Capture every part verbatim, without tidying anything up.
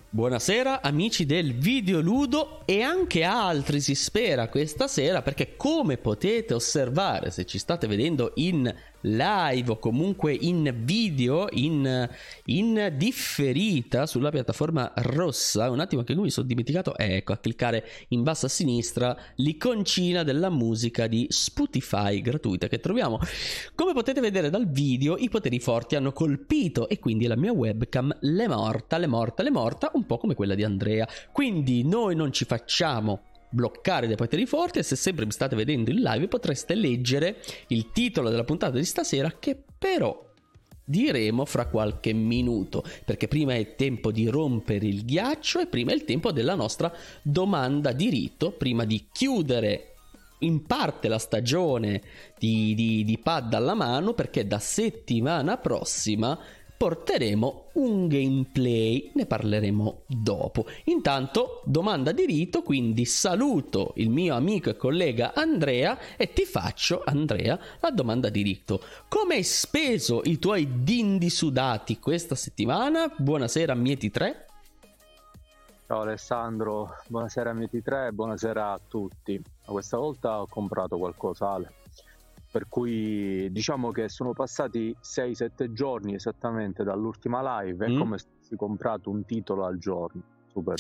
Buonasera amici del Videoludo e anche altri, si spera, questa sera, perché come potete osservare se ci state vedendo in live o comunque in video, in, in differita sulla piattaforma rossa, un attimo che qui mi sono dimenticato, ecco, a cliccare in basso a sinistra l'iconcina della musica di Spotify gratuita che troviamo. Come potete vedere dal video, i poteri forti hanno colpito e quindi la mia webcam l'è morta, l'è morta, l'è morta, un po' come quella di Andrea. Quindi noi non ci facciamo bloccare dai poteri forti e se sempre mi state vedendo in live potreste leggere il titolo della puntata di stasera, che però diremo fra qualche minuto, perché prima è tempo di rompere il ghiaccio e prima è il tempo della nostra domanda di rito, prima di chiudere in parte la stagione di, di, di pad alla mano, perché da settimana prossima porteremo un gameplay, ne parleremo dopo. Intanto domanda di rito, quindi saluto il mio amico e collega Andrea e ti faccio, Andrea, la domanda di rito. Come hai speso i tuoi dindi sudati questa settimana? Buonasera Mieti tre. Ciao Alessandro, buonasera Mieti tre, buonasera a tutti. Questa volta ho comprato qualcosa, Ale. Per cui diciamo che sono passati sei sette giorni esattamente dall'ultima live, è mm. come se avessi comprato un titolo al giorno, super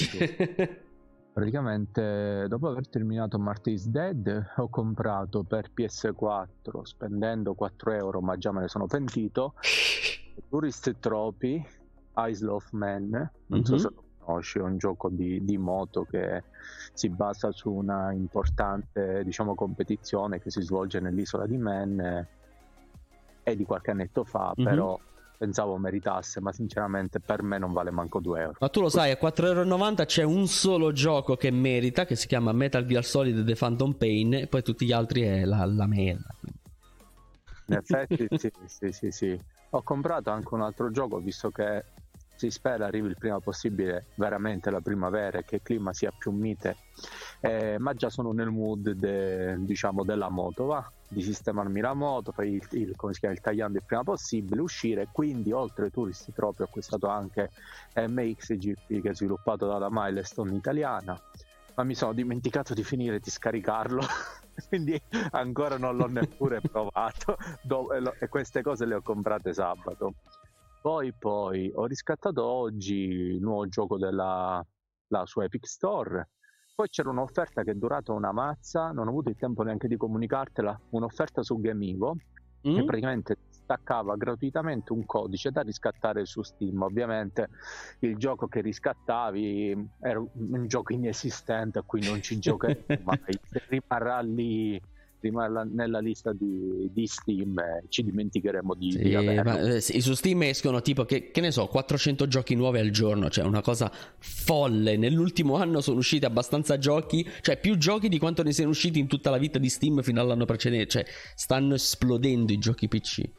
praticamente dopo aver terminato Marty's Dead ho comprato per P S quattro, spendendo quattro euro, ma già me ne sono pentito, Tourist Trophy, Isle of Man, non mm-hmm. so se lo conosci, è un gioco di, di moto che si basa su una importante, diciamo, competizione che si svolge nell'isola di Man, e è di qualche annetto fa, mm-hmm. però pensavo meritasse, ma sinceramente per me non vale manco due euro. Ma tu lo sai, a quattro euro e novanta c'è un solo gioco che merita, che si chiama Metal Gear Solid The Phantom Pain, e poi tutti gli altri è la, la merda. In effetti sì, sì, sì, sì. Ho comprato anche un altro gioco, visto che si spera arrivi il prima possibile veramente la primavera e che il clima sia più mite, eh, ma già sono nel mood de, diciamo della moto, va? Di sistemarmi la moto, fai il, il, come si chiama, il tagliando il prima possibile, uscire. Quindi oltre ai Tourist Trophy ho acquistato anche M X G P, che è sviluppato dalla Milestone italiana, ma mi sono dimenticato di finire di scaricarlo quindi ancora non l'ho neppure provato Do- e, lo- e queste cose le ho comprate sabato. Poi poi ho riscattato oggi il nuovo gioco della la sua Epic Store. Poi c'era un'offerta che è durata una mazza, non ho avuto il tempo neanche di comunicartela, un'offerta su Gamigo mm? che praticamente staccava gratuitamente un codice da riscattare su Steam. Ovviamente il gioco che riscattavi era un gioco inesistente, a cui non ci giocheremo mai, rimarrà lì, rimarrà nella lista di, di Steam, e ci dimenticheremo di, sì, di averlo. Ma, eh, su Steam escono tipo che, che ne so quattrocento giochi nuovi al giorno, cioè una cosa folle. Nell'ultimo anno sono usciti abbastanza giochi, cioè più giochi di quanto ne siano usciti in tutta la vita di Steam fino all'anno precedente, cioè stanno esplodendo i giochi P C.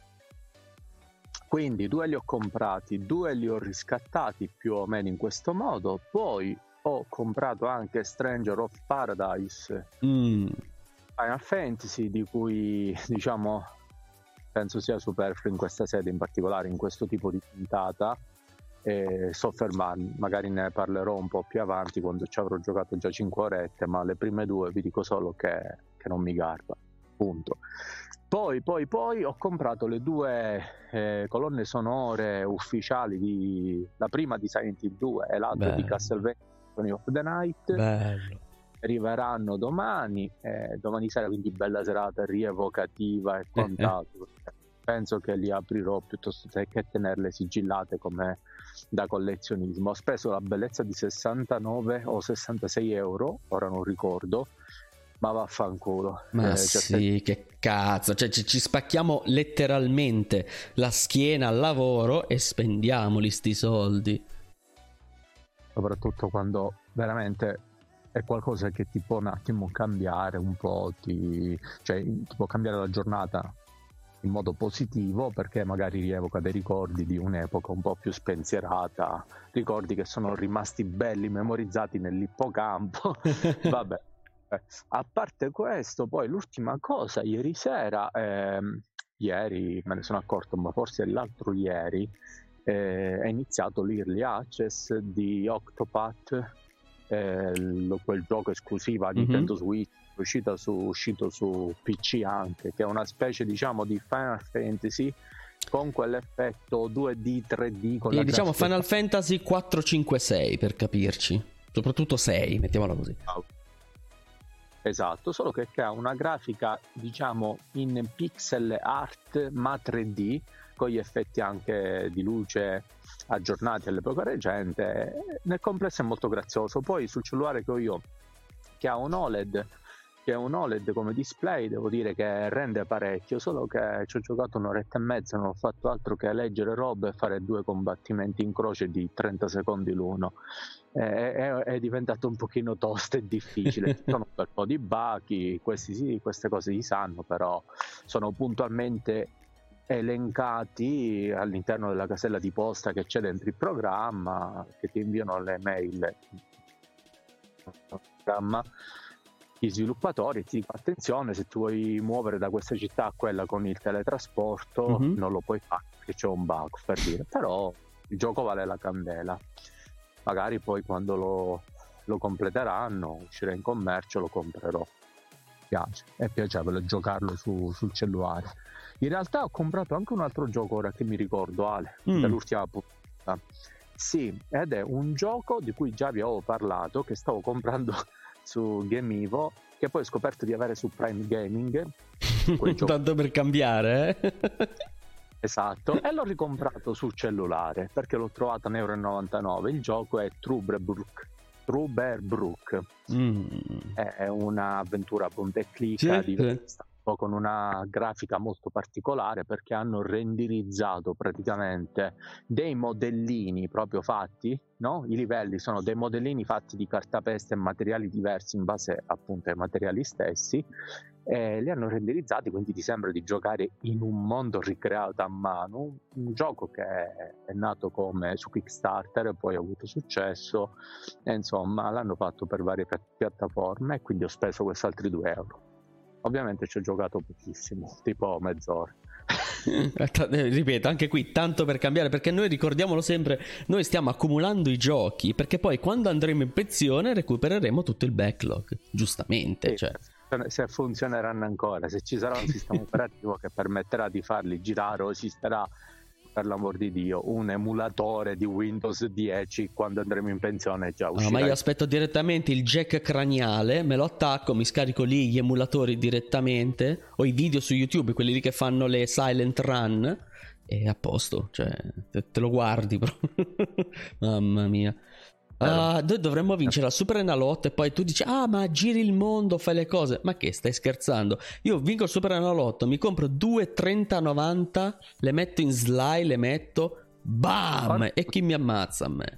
Quindi due li ho comprati, due li ho riscattati più o meno in questo modo. Poi ho comprato anche Stranger of Paradise, mm. Final Fantasy, di cui diciamo penso sia superfluo in questa sede, in particolare in questo tipo di puntata, e soffermarmi, magari ne parlerò un po' più avanti quando ci avrò giocato già cinque orette, ma le prime due vi dico solo che, che non mi garba, punto. Poi poi poi ho comprato le due eh, colonne sonore ufficiali, di la prima di Silent Hill due e l'altra Bello. di Castlevania Symphony of the Night. Bello. Arriveranno domani, eh, domani sera, quindi bella serata rievocativa e quant'altro. Penso che li aprirò piuttosto che tenerle sigillate come da collezionismo. Ho speso la bellezza di sessantanove o sessantasei euro, ora non ricordo, ma vaffanculo. Ma eh, sì, cioè, che cazzo, cioè ci, ci spacchiamo letteralmente la schiena al lavoro e spendiamoli sti soldi. Soprattutto quando veramente è qualcosa che ti può un attimo cambiare un po', ti, cioè ti può cambiare la giornata in modo positivo, perché magari rievoca dei ricordi di un'epoca un po' più spensierata, ricordi che sono rimasti belli, memorizzati nell'ippocampo. Vabbè, eh, a parte questo, poi l'ultima cosa, ieri sera, ehm, ieri me ne sono accorto, ma forse l'altro ieri, eh, è iniziato l'Early Access di Octopath, eh, lo, quel gioco esclusivo a Nintendo mm-hmm. Switch, uscito su, uscito su P C anche, che è una specie diciamo di Final Fantasy con quell'effetto due D tre D con e la diciamo grafica... Final Fantasy quattro cinque sei per capirci, soprattutto sei, mettiamola così. Oh. Esatto, solo che, che ha una grafica diciamo in pixel art ma tre D, con gli effetti anche di luce aggiornati all'epoca recente. Nel complesso è molto grazioso. Poi sul cellulare che ho io, che ha un O L E D, che è un O L E D come display, devo dire che rende parecchio, solo che ci ho giocato un'oretta e mezza, non ho fatto altro che leggere robe e fare due combattimenti in croce di trenta secondi l'uno. È, è, è diventato un pochino tosto e difficile. Ci sono un bel po' di bachi, questi sì, queste cose si sanno, però sono puntualmente elencati all'interno della casella di posta che c'è dentro il programma, che ti inviano le mail programma gli sviluppatori e ti dico attenzione, se tu vuoi muovere da questa città a quella con il teletrasporto mm-hmm. non lo puoi fare perché c'è un bug, per dire. Però il gioco vale la candela, magari poi quando lo, lo completeranno, uscirà in commercio, lo comprerò. Piace, è piacevole giocarlo su, sul cellulare. In realtà ho comprato anche un altro gioco, ora che mi ricordo, Ale, mm. dall'ultima puntata. Sì, ed è un gioco di cui già vi avevo parlato, che stavo comprando su GameEvo, che poi ho scoperto di avere su Prime Gaming. Tanto per cambiare, eh? Esatto, e l'ho ricomprato sul cellulare perché l'ho trovato a un euro e novantanove. Il gioco è Trüberbrook. Trüberbrook mm. è un'avventura punta e clicca sì, di sì. con una grafica molto particolare, perché hanno renderizzato praticamente dei modellini proprio fatti, no? I livelli sono dei modellini fatti di cartapesta e materiali diversi in base appunto ai materiali stessi, e li hanno renderizzati, quindi ti sembra di giocare in un mondo ricreato a mano. Un gioco che è nato come su Kickstarter e poi ha avuto successo, e insomma l'hanno fatto per varie piattaforme, e quindi ho speso questi altri due euro. Ovviamente ci ho giocato pochissimo, tipo mezz'ora. Ripeto, anche qui tanto per cambiare, perché noi, ricordiamolo sempre, noi stiamo accumulando i giochi, perché poi quando andremo in pensione recupereremo tutto il backlog, giustamente, sì, cioè. Se funzioneranno ancora, se ci sarà un sistema operativo che permetterà di farli girare, o esisterà, per l'amor di Dio, un emulatore di Windows dieci quando andremo in pensione già uscirà. No, ma io aspetto direttamente il jack craniale, me lo attacco, mi scarico lì gli emulatori direttamente, o i video su YouTube, quelli lì che fanno le silent run, e a posto, cioè te, te lo guardi proprio. Mamma mia. Ah, noi dovremmo vincere al Super Enalotto e poi tu dici ah ma giri il mondo, fai le cose, ma che stai scherzando? Io vinco il Super Enalotto, mi compro due trenta novanta, le metto in slide, le metto bam, e chi mi ammazza a me?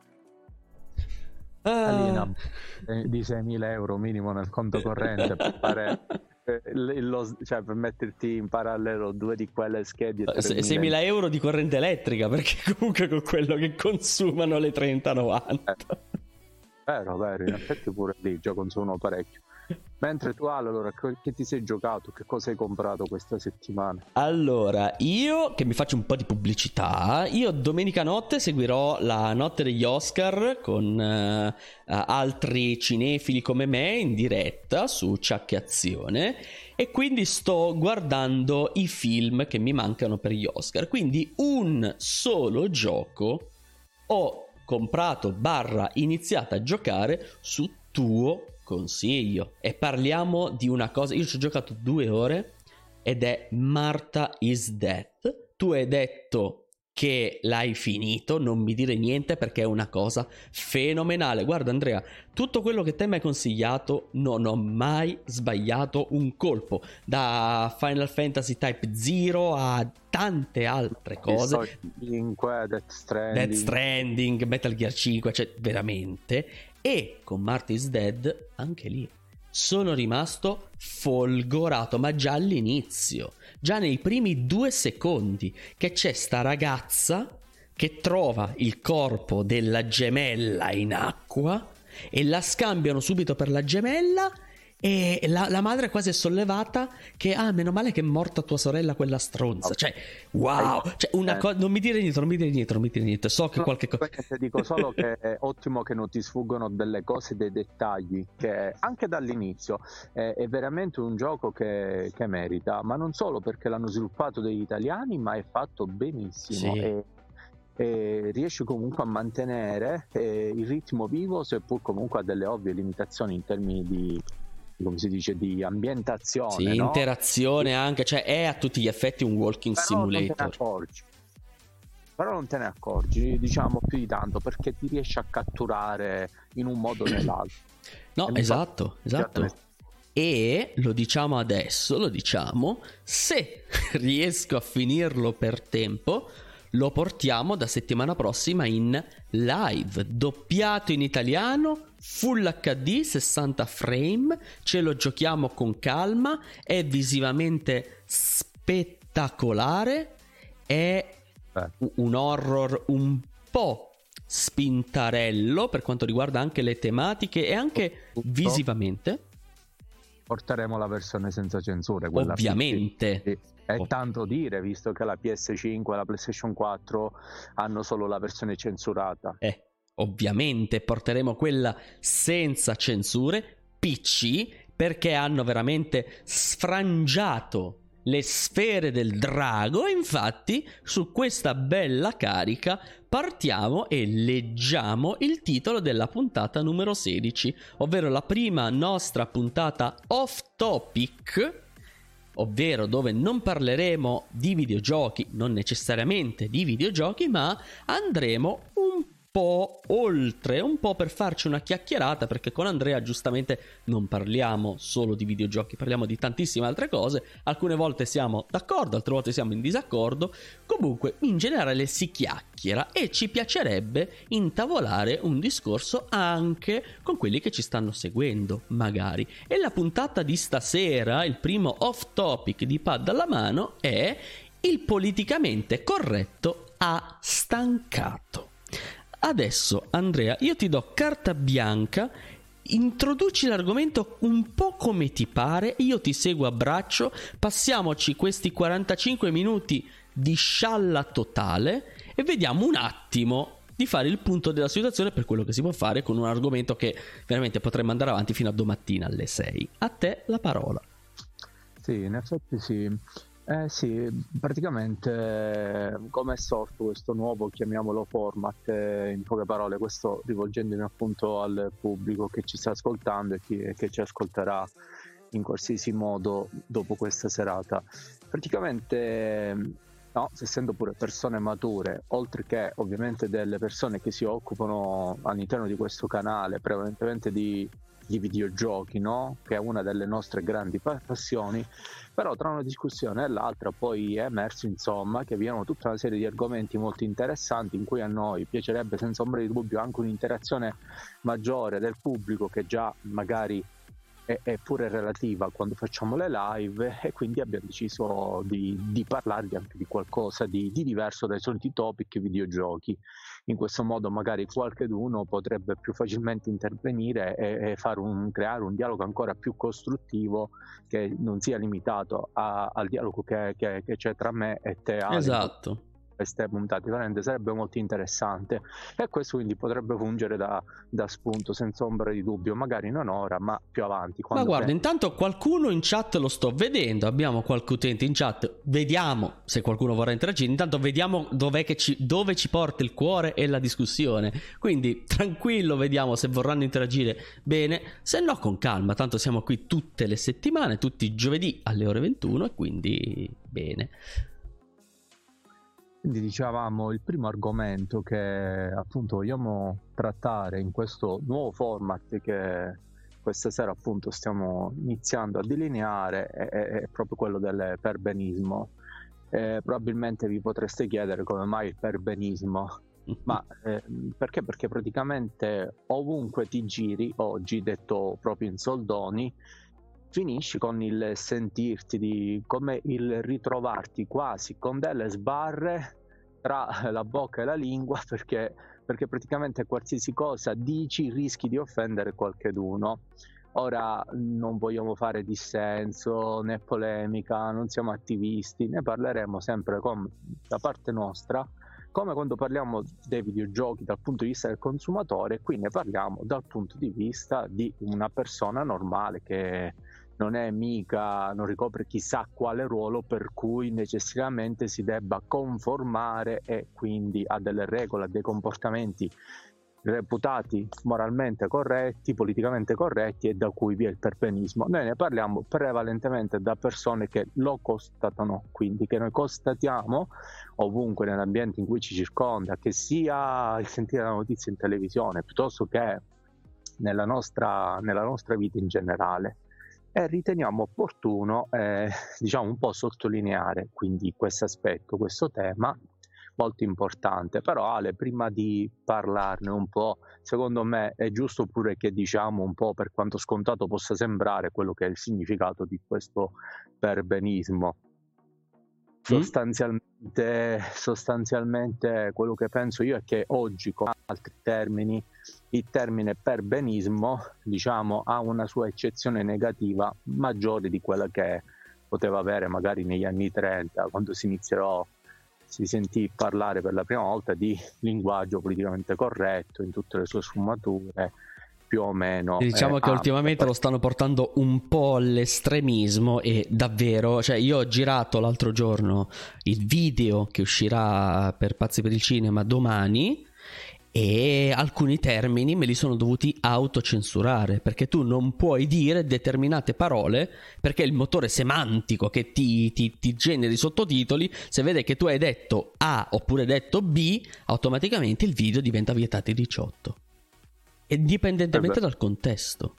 Ah. Di seimila euro minimo nel conto corrente per fare lo, cioè per metterti in parallelo due di quelle schede. seimila euro di corrente elettrica, perché comunque con quello che consumano le trenta novanta. Eh, vero, vero, in effetti pure lì già consumano parecchio. Mentre tu, allora, che ti sei giocato? Che cosa hai comprato questa settimana? Allora, io che mi faccio un po' di pubblicità, io domenica notte seguirò la notte degli Oscar con uh, uh, altri cinefili come me in diretta su Ciak Azione, e quindi sto guardando i film che mi mancano per gli Oscar. Quindi un solo gioco ho comprato barra iniziato a giocare su tuo consiglio, e parliamo di una cosa, io ci ho giocato due ore ed è Martha is Dead. Tu hai detto che l'hai finito, non mi dire niente perché è una cosa fenomenale. Guarda Andrea, tutto quello che te mi hai consigliato non ho mai sbagliato un colpo, da Final Fantasy Type Zero a tante altre cose, cinque, Death Stranding. Death Stranding, Metal Gear cinque, cioè veramente. E con Martha is Dead anche lì sono rimasto folgorato, ma già all'inizio, già nei primi due secondi, che c'è sta ragazza che trova il corpo della gemella in acqua e la scambiano subito per la gemella, E la, la madre quasi è sollevata che, ah, meno male che è morta tua sorella quella stronza. Cioè, wow, cioè, una co- non mi dire niente, non mi dire niente, non mi dire niente. So che No, qualche cosa... ti dico solo che è ottimo che non ti sfuggono delle cose, dei dettagli, che anche dall'inizio è, è veramente un gioco che, che merita, ma non solo perché l'hanno sviluppato degli italiani, ma è fatto benissimo. Sì. E, e riesce comunque a mantenere eh, il ritmo vivo, seppur comunque ha delle ovvie limitazioni in termini di, come si dice, di ambientazione, Sì, no? interazione anche, cioè è a tutti gli effetti un walking Però non te ne simulator. accorgi. Però non te ne accorgi, diciamo, più di tanto, perché ti riesci a catturare in un modo o nell'altro. No, E esatto, esatto. E lo diciamo adesso, lo diciamo, se riesco a finirlo per tempo, lo portiamo da settimana prossima in live, doppiato in italiano, Full acca di, sessanta frame, ce lo giochiamo con calma, è visivamente spettacolare, è Eh. un horror un po' spintarello per quanto riguarda anche le tematiche e anche Tutto. visivamente. Porteremo la versione senza censure, quella Ovviamente. P C. È tanto dire, visto che la P S cinque e la PlayStation quattro hanno solo la versione censurata. Eh, ovviamente porteremo quella senza censure, P C, perché hanno veramente sfrangiato le sfere del drago. E infatti su questa bella carica partiamo e leggiamo il titolo della puntata numero sedici, ovvero la prima nostra puntata off topic, ovvero dove non parleremo di videogiochi, non necessariamente di videogiochi, ma andremo un po' oltre, un po' per farci una chiacchierata, perché con Andrea giustamente non parliamo solo di videogiochi, parliamo di tantissime altre cose, alcune volte siamo d'accordo, altre volte siamo in disaccordo, comunque in generale si chiacchiera e ci piacerebbe intavolare un discorso anche con quelli che ci stanno seguendo, magari. E la puntata di stasera, il primo off topic di Pad alla mano, è il politicamente corretto ha stancato. Adesso Andrea, io ti do carta bianca, introduci l'argomento un po' come ti pare, io ti seguo a braccio, passiamoci questi quarantacinque minuti di scialla totale e vediamo un attimo di fare il punto della situazione per quello che si può fare con un argomento che veramente potremmo andare avanti fino a domattina alle sei. A te la parola. Sì, in effetti sì. Eh sì, praticamente eh, come è sorto questo nuovo, chiamiamolo format, eh, in poche parole, questo rivolgendomi appunto al pubblico che ci sta ascoltando e chi, e che ci ascolterà in qualsiasi modo dopo questa serata. Praticamente, no, essendo pure persone mature, oltre che ovviamente delle persone che si occupano all'interno di questo canale prevalentemente di, di videogiochi, no? Che è una delle nostre grandi passioni. Però tra una discussione e l'altra poi è emerso insomma che vi hanno tutta una serie di argomenti molto interessanti in cui a noi piacerebbe senza ombra di dubbio anche un'interazione maggiore del pubblico, che già magari è, è pure relativa quando facciamo le live, e quindi abbiamo deciso di, di parlarvi anche di qualcosa di, di diverso dai soliti topic videogiochi. In questo modo magari qualcheduno potrebbe più facilmente intervenire e, e fare un, creare un dialogo ancora più costruttivo, che non sia limitato a, al dialogo che, che, che c'è tra me e te, Ale. Esatto. Queste puntate veramente sarebbe molto interessante, e questo quindi potrebbe fungere da, da spunto senza ombra di dubbio, magari non ora ma più avanti. Ma guarda, penso... intanto qualcuno in chat lo sto vedendo, abbiamo qualche utente in chat, vediamo se qualcuno vorrà interagire, intanto vediamo dov'è che ci, dove ci porta il cuore e la discussione, quindi tranquillo, vediamo se vorranno interagire bene, se no con calma, tanto siamo qui tutte le settimane, tutti i giovedì alle ore ventuno, e quindi bene. Quindi dicevamo, il primo argomento che appunto vogliamo trattare in questo nuovo format che questa sera appunto stiamo iniziando a delineare è, è proprio quello del perbenismo. Eh, probabilmente vi potreste chiedere come mai il perbenismo, ma eh, perché? Perché praticamente ovunque ti giri oggi, detto proprio in soldoni, finisci con il sentirti di come il ritrovarti quasi con delle sbarre tra la bocca e la lingua, perché, perché praticamente qualsiasi cosa dici rischi di offendere qualcheduno. Ora non vogliamo fare dissenso né polemica, non siamo attivisti, ne parleremo sempre come, da parte nostra, come quando parliamo dei videogiochi dal punto di vista del consumatore. Qui ne parliamo dal punto di vista di una persona normale che non è mica, non ricopre chissà quale ruolo per cui necessariamente si debba conformare e quindi a delle regole, a dei comportamenti reputati moralmente corretti, politicamente corretti, e da cui vi è il perbenismo. Noi ne parliamo prevalentemente da persone che lo constatano, quindi che noi constatiamo ovunque nell'ambiente in cui ci circonda, che sia il sentire la notizia in televisione piuttosto che nella nostra, nella nostra vita in generale. E riteniamo opportuno eh, diciamo un po' sottolineare quindi questo aspetto, questo tema molto importante. Però Ale, prima di parlarne un po', secondo me è giusto pure che diciamo un po', per quanto scontato possa sembrare, quello che è il significato di questo perbenismo. Sostanzialmente, sostanzialmente quello che penso io è che oggi, con altri termini, il termine perbenismo diciamo ha una sua eccezione negativa maggiore di quella che poteva avere magari negli anni trenta, quando si iniziò si sentì parlare per la prima volta di linguaggio politicamente corretto in tutte le sue sfumature, più o meno. Diciamo eh, che ah, ultimamente poi... lo stanno portando un po' all'estremismo, e davvero, cioè io ho girato l'altro giorno il video che uscirà per Pazzi per il Cinema domani, e alcuni termini me li sono dovuti autocensurare, perché tu non puoi dire determinate parole, perché il motore semantico che ti, ti, ti genera i sottotitoli, se vede che tu hai detto A oppure detto B, automaticamente il video diventa vietato diciotto, indipendentemente dal contesto.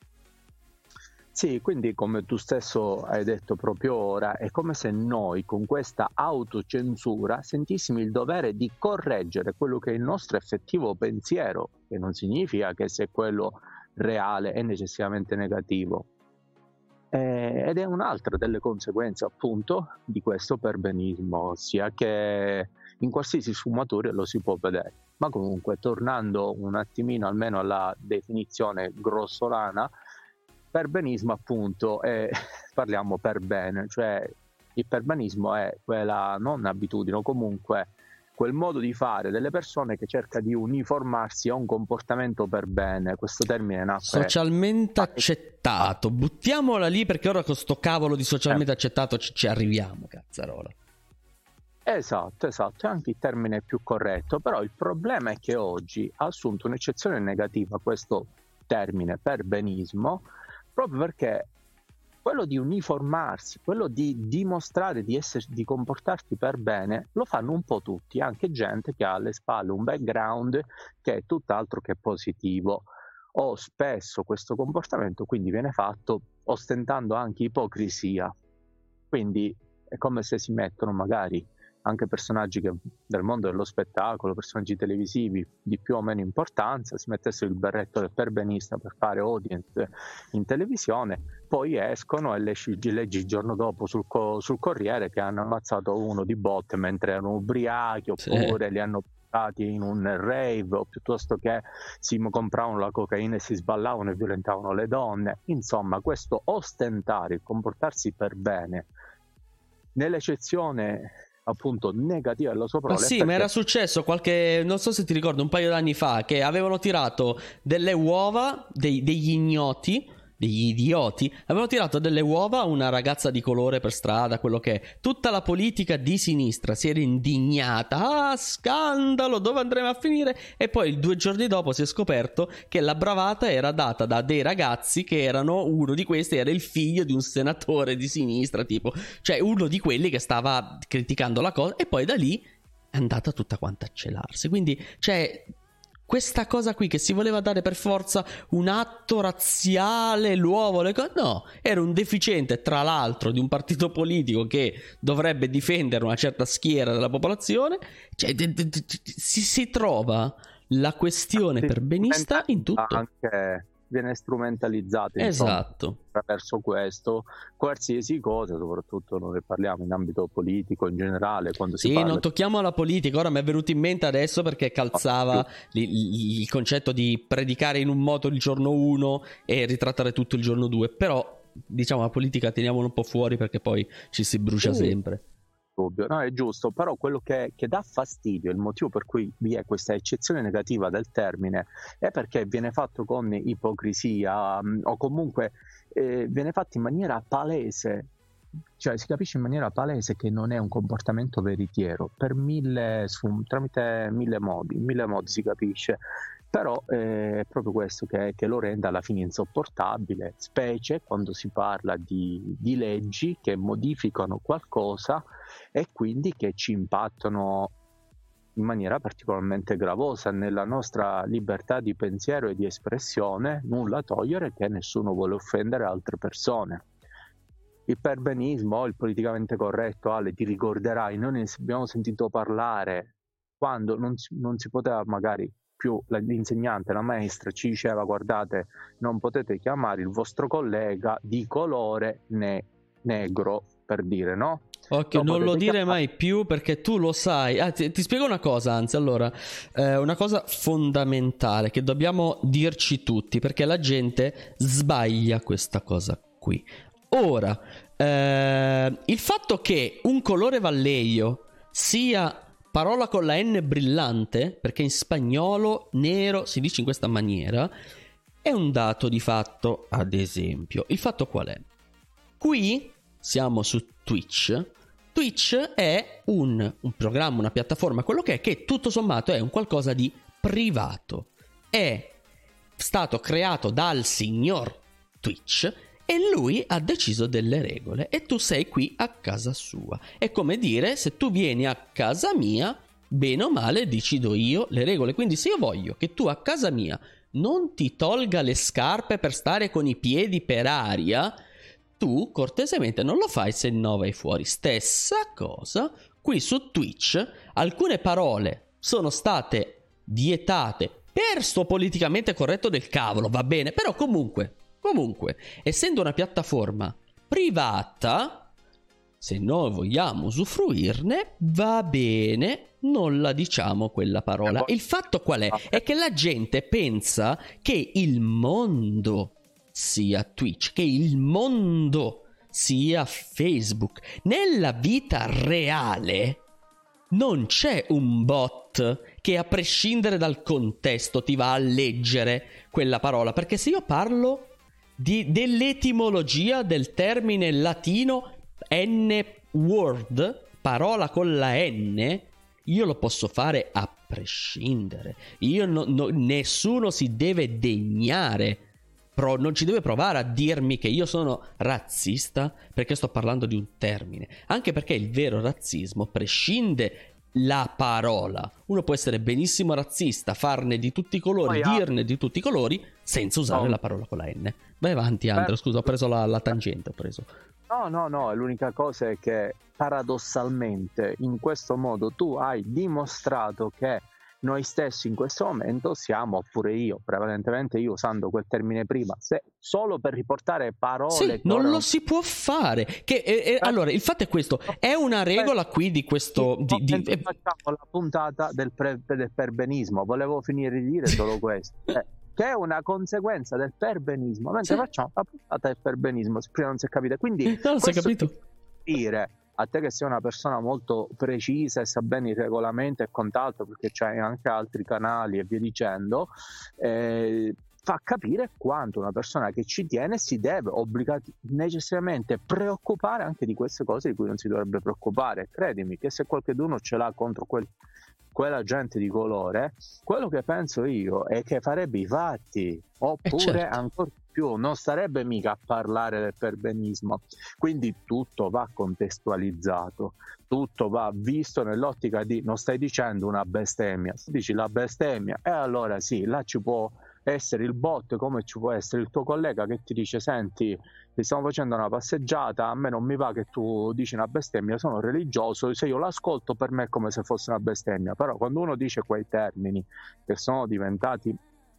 Sì, quindi come tu stesso hai detto proprio ora, è come se noi con questa autocensura sentissimo il dovere di correggere quello che è il nostro effettivo pensiero, che non significa che se quello reale è necessariamente negativo. Eh, ed è un'altra delle conseguenze appunto di questo perbenismo, ossia che in qualsiasi sfumatura lo si può vedere. Ma comunque, tornando un attimino almeno alla definizione grossolana, perbenismo appunto è, parliamo per bene, cioè il perbenismo è quella non abitudine o comunque quel modo di fare delle persone che cerca di uniformarsi a un comportamento per bene. Questo termine nacque socialmente accettato, buttiamola lì, perché ora con sto cavolo di socialmente eh. accettato ci, ci arriviamo, cazzarola. Esatto, esatto, è anche il termine più corretto, però il problema è che oggi ha assunto un'eccezione negativa questo termine perbenismo, proprio perché quello di uniformarsi, quello di dimostrare di essere, di comportarsi per bene, lo fanno un po' tutti, anche gente che ha alle spalle un background che è tutt'altro che positivo. O spesso questo comportamento quindi viene fatto ostentando anche ipocrisia, quindi è come se si mettono magari anche personaggi che, del mondo dello spettacolo, personaggi televisivi di più o meno importanza, si mettessero il berretto del perbenista per fare audience in televisione, poi escono e leggi, leggi il giorno dopo sul, co, sul Corriere che hanno ammazzato uno di botte mentre erano ubriachi, oppure sì. li hanno portati in un rave, o piuttosto che si compravano la cocaina e si sballavano e violentavano le donne. Insomma, questo ostentare, comportarsi per bene nell'eccezione appunto negativa della sua parola. Ma sì, perché... ma era successo qualche, non so se ti ricordo, un paio d'anni fa, che avevano tirato delle uova, dei, degli ignoti, degli idioti, avevano tirato delle uova a una ragazza di colore per strada, quello che è. Tutta la politica di sinistra si era indignata, ah scandalo, dove andremo a finire? E poi due giorni dopo si è scoperto che la bravata era data da dei ragazzi che erano, uno di questi era il figlio di un senatore di sinistra, tipo, cioè uno di quelli che stava criticando la cosa, e poi da lì è andata tutta quanta a celarsi. Quindi, cioè, questa cosa qui che si voleva dare per forza un atto razziale, l'uovo, le cose, no, era un deficiente, tra l'altro, di un partito politico che dovrebbe difendere una certa schiera della popolazione. Cioè, d- d- d- si, si trova la questione perbenista in tutto. Anche viene strumentalizzato, insomma, Esatto. attraverso questo, qualsiasi cosa, soprattutto noi parliamo in ambito politico in generale, quando si Sì, parla non di... tocchiamo la politica, ora mi è venuto in mente adesso perché calzava li- li- il concetto di predicare in un modo il giorno uno e ritrattare tutto il giorno due, però diciamo la politica teniamola un po' fuori perché poi ci si brucia Sì. sempre. No, è giusto, però quello che, che dà fastidio, il motivo per cui vi è questa eccezione negativa del termine, è perché viene fatto con ipocrisia, mh, o comunque eh, viene fatto in maniera palese, cioè si capisce in maniera palese che non è un comportamento veritiero, per mille, su, tramite mille modi, in mille modi si capisce. Però eh, è proprio questo che, che lo rende alla fine insopportabile, specie quando si parla di, di leggi che modificano qualcosa e quindi che ci impattano in maniera particolarmente gravosa nella nostra libertà di pensiero e di espressione, nulla togliere che nessuno vuole offendere altre persone. Il perbenismo, il politicamente corretto, Ale, ti ricorderai, noi ne abbiamo sentito parlare quando non si, non si poteva magari più, l'insegnante, la maestra ci diceva guardate, non potete chiamare il vostro collega di colore ne- negro, per dire, no? Occhio, non lo dire mai più perché tu lo sai. Ah, ti, ti spiego una cosa, anzi, allora, eh, una cosa fondamentale che dobbiamo dirci tutti perché la gente sbaglia questa cosa qui. Ora, eh, il fatto che un colore valleio sia parola con la N brillante, perché in spagnolo nero si dice in questa maniera, è un dato di fatto. Ad esempio, il fatto qual è? Qui siamo su Twitch. Twitch è un, un programma, una piattaforma, quello che è, che tutto sommato è un qualcosa di privato. È stato creato dal signor Twitch e lui ha deciso delle regole e tu sei qui a casa sua. È come dire, se tu vieni a casa mia, bene o male decido io le regole. Quindi se io voglio che tu a casa mia non ti tolga le scarpe per stare con i piedi per aria, tu cortesemente non lo fai, se no vai fuori. Stessa cosa qui su Twitch. Alcune parole sono state vietate per sto politicamente corretto del cavolo, va bene, però comunque Comunque, essendo una piattaforma privata, se noi vogliamo usufruirne, va bene, non la diciamo quella parola. Il fatto qual è? È che la gente pensa che il mondo sia Twitch, che il mondo sia Facebook. Nella vita reale non c'è un bot che a prescindere dal contesto ti va a leggere quella parola, perché se io parlo Di, dell'etimologia del termine latino N-word, parola con la N, io lo posso fare a prescindere. Io no, no, nessuno si deve degnare, pro, non ci deve provare a dirmi che io sono razzista perché sto parlando di un termine, anche perché il vero razzismo prescinde la parola. Uno può essere benissimo razzista, farne di tutti i colori, oh, dirne di tutti i colori senza usare oh. la parola con la N. Vai avanti, Andrea, scusa, ho preso la, la tangente, ho preso. No, no, no, l'unica cosa è che paradossalmente in questo modo tu hai dimostrato che noi stessi in questo momento siamo, oppure io, prevalentemente io usando quel termine prima, se, solo per riportare parole... Sì, non lo non... si può fare. Che, eh, eh, allora, il fatto è questo, è una regola qui di questo... Di, di, di... Facciamo la puntata del, pre, del perbenismo, volevo finire di dire solo questo, eh, che è una conseguenza del perbenismo, mentre sì. facciamo la puntata del perbenismo, prima non si è capito. Quindi, non si è capito. Dire... a te che sei una persona molto precisa e sa bene il regolamento e quant'altro, perché c'hai anche altri canali e via dicendo, eh, fa capire quanto una persona che ci tiene si deve obbligati necessariamente preoccupare anche di queste cose di cui non si dovrebbe preoccupare. Credimi che se qualcuno ce l'ha contro quel, quella gente di colore, quello che penso io è che farebbe i fatti, oppure eh certo. ancora più, non starebbe mica a parlare del perbenismo. Quindi tutto va contestualizzato, tutto va visto nell'ottica di non stai dicendo una bestemmia, se dici la bestemmia e eh, allora sì, là ci può essere il bot, come ci può essere il tuo collega che ti dice senti, ti stiamo facendo una passeggiata, a me non mi va che tu dici una bestemmia, sono religioso, se io l'ascolto per me è come se fosse una bestemmia. Però quando uno dice quei termini che sono diventati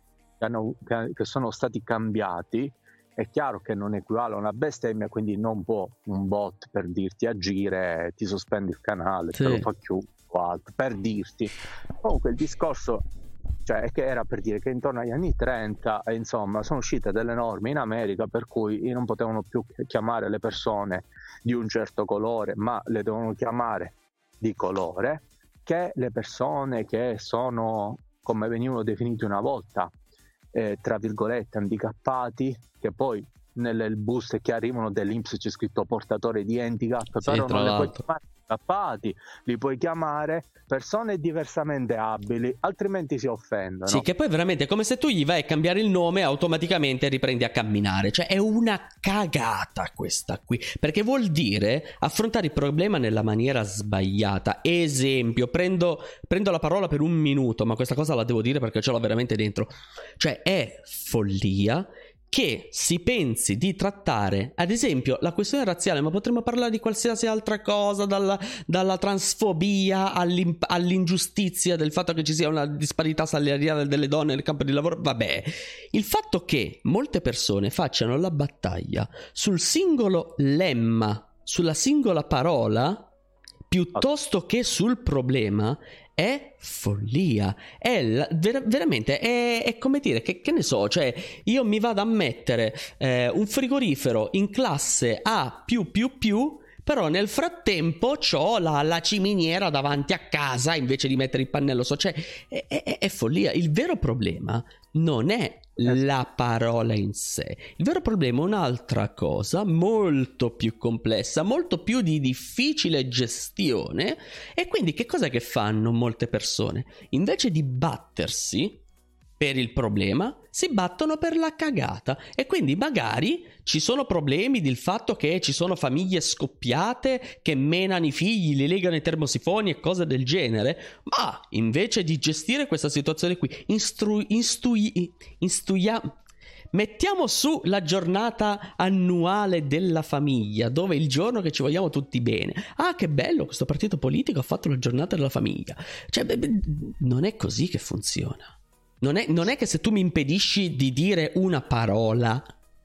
che, hanno, che sono stati cambiati, è chiaro che non equivale a una bestemmia, quindi non può un bot, per dirti, agire, ti sospendi il canale, sì, te lo fa chiunque altro, per dirti. Comunque il discorso, cioè, è che era per dire che intorno agli anni trenta, insomma, sono uscite delle norme in America per cui non potevano più chiamare le persone di un certo colore, ma le dovevano chiamare di colore, che le persone che sono, come venivano definiti una volta, eh, tra virgolette handicappati, che poi nel bus che arrivano dell'I N P S c'è scritto portatore di handicap, sì, però non le puoi chiamare handicappati, li puoi chiamare persone diversamente abili, altrimenti si offendono. Sì, che poi veramente è come se tu gli vai a cambiare il nome e automaticamente riprendi a camminare. Cioè è una cagata questa qui, perché vuol dire affrontare il problema nella maniera sbagliata. Esempio, prendo, prendo la parola per un minuto, ma questa cosa la devo dire perché ce l'ho veramente dentro. Cioè è follia che si pensi di trattare, ad esempio, la questione razziale, ma potremmo parlare di qualsiasi altra cosa, dalla, dalla transfobia all'ingiustizia del fatto che ci sia una disparità salariale delle donne nel campo di lavoro. Vabbè, il fatto che molte persone facciano la battaglia sul singolo lemma, sulla singola parola, piuttosto che sul problema, è follia. È la, ver- veramente è, è come dire che, che ne so, cioè io mi vado a mettere eh, un frigorifero in classe A più più più, però nel frattempo c'ho la, la ciminiera davanti a casa invece di mettere il pannello so, cioè è, è, è follia. Il vero problema non è la parola in sé, il vero problema è un'altra cosa molto più complessa, molto più di difficile gestione. E quindi che cosa che fanno molte persone? Invece di battersi per il problema, si battono per la cagata. E quindi magari ci sono problemi del fatto che ci sono famiglie scoppiate che menano i figli, li legano ai termosifoni e cose del genere, ma invece di gestire questa situazione qui, instru- instui- instuia- mettiamo su la giornata annuale della famiglia, dove è il giorno che ci vogliamo tutti bene. Ah, che bello, questo partito politico ha fatto la giornata della famiglia. Cioè, beh, beh, non è così che funziona. Non è, non è che se tu mi impedisci di dire una parola,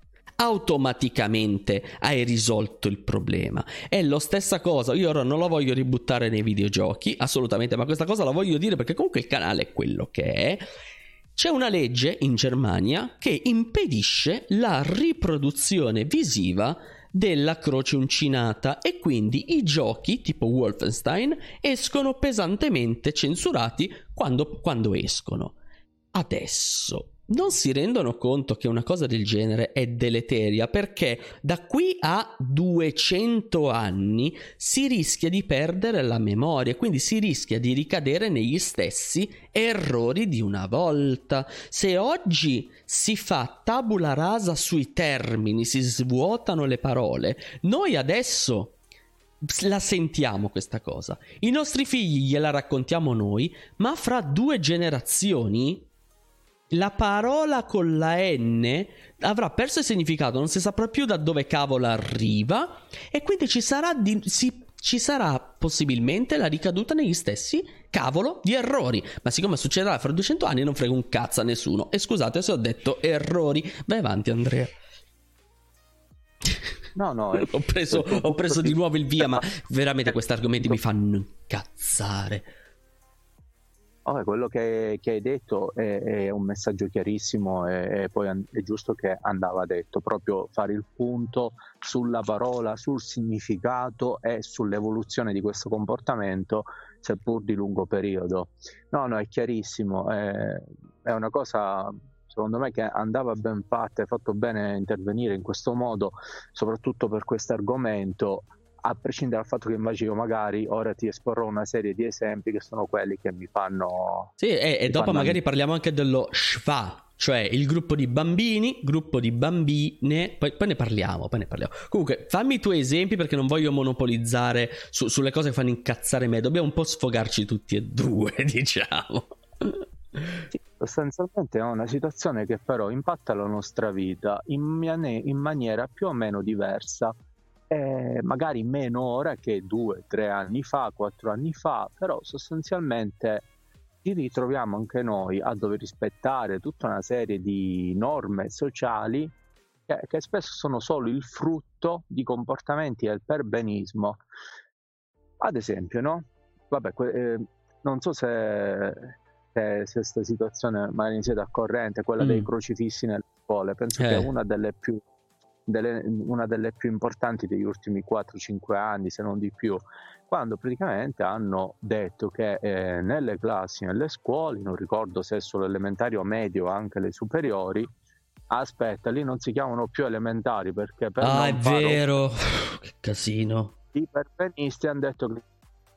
automaticamente hai risolto il problema. È la stessa cosa. Io ora non la voglio ributtare nei videogiochi, assolutamente, ma questa cosa la voglio dire perché comunque il canale è quello che è. C'è una legge in Germania che impedisce la riproduzione visiva della croce uncinata e quindi i giochi tipo Wolfenstein escono pesantemente censurati quando, quando escono. Adesso non si rendono conto che una cosa del genere è deleteria, perché da qui a duecento anni si rischia di perdere la memoria, quindi si rischia di ricadere negli stessi errori di una volta. Se oggi si fa tabula rasa sui termini, si svuotano le parole, noi adesso la sentiamo questa cosa, i nostri figli gliela raccontiamo noi, ma fra due generazioni la parola con la N avrà perso il significato, non si saprà più da dove cavolo arriva, e quindi ci sarà, di, si, ci sarà possibilmente la ricaduta negli stessi cavolo di errori. Ma siccome succederà fra duecento anni non frega un cazzo a nessuno. E scusate se ho detto errori. Vai avanti, Andrea. No, no, è... ho preso, ho preso di nuovo il via, ma veramente questi argomenti mi fanno incazzare. Oh, quello che, che hai detto è, è un messaggio chiarissimo e, e poi è giusto che andava detto, proprio fare il punto sulla parola, sul significato e sull'evoluzione di questo comportamento, seppur di lungo periodo. No, no, è chiarissimo, è, è una cosa secondo me che andava ben fatta, hai fatto bene intervenire in questo modo, soprattutto per questo argomento. A prescindere dal fatto che invece io magari ora ti esporrò una serie di esempi che sono quelli che mi fanno... Sì, e, e dopo fanno... magari parliamo anche dello schwa, cioè il gruppo di bambini, gruppo di bambine, poi, poi ne parliamo, poi ne parliamo. Comunque fammi i tuoi esempi perché non voglio monopolizzare su, sulle cose che fanno incazzare me, dobbiamo un po' sfogarci tutti e due, diciamo. Sì, sostanzialmente è una situazione che però impatta la nostra vita in, man- in maniera più o meno diversa. Eh, magari meno ora che due, tre anni fa, quattro anni fa, però sostanzialmente ci ritroviamo anche noi a dover rispettare tutta una serie di norme sociali che, che spesso sono solo il frutto di comportamenti del perbenismo. Ad esempio, no? Vabbè, eh, non so se, se, se questa situazione magari ne siete a corrente, quella mm. dei crocifissi nelle scuole, penso eh. che è una delle più Delle, una delle più importanti degli ultimi quattro cinque anni, se non di più, quando praticamente hanno detto che eh, nelle classi, nelle scuole, non ricordo se è solo elementari o medio o anche le superiori, aspetta, lì non si chiamano più elementari perché per ah è vero, faro, che casino, i perbenisti hanno detto che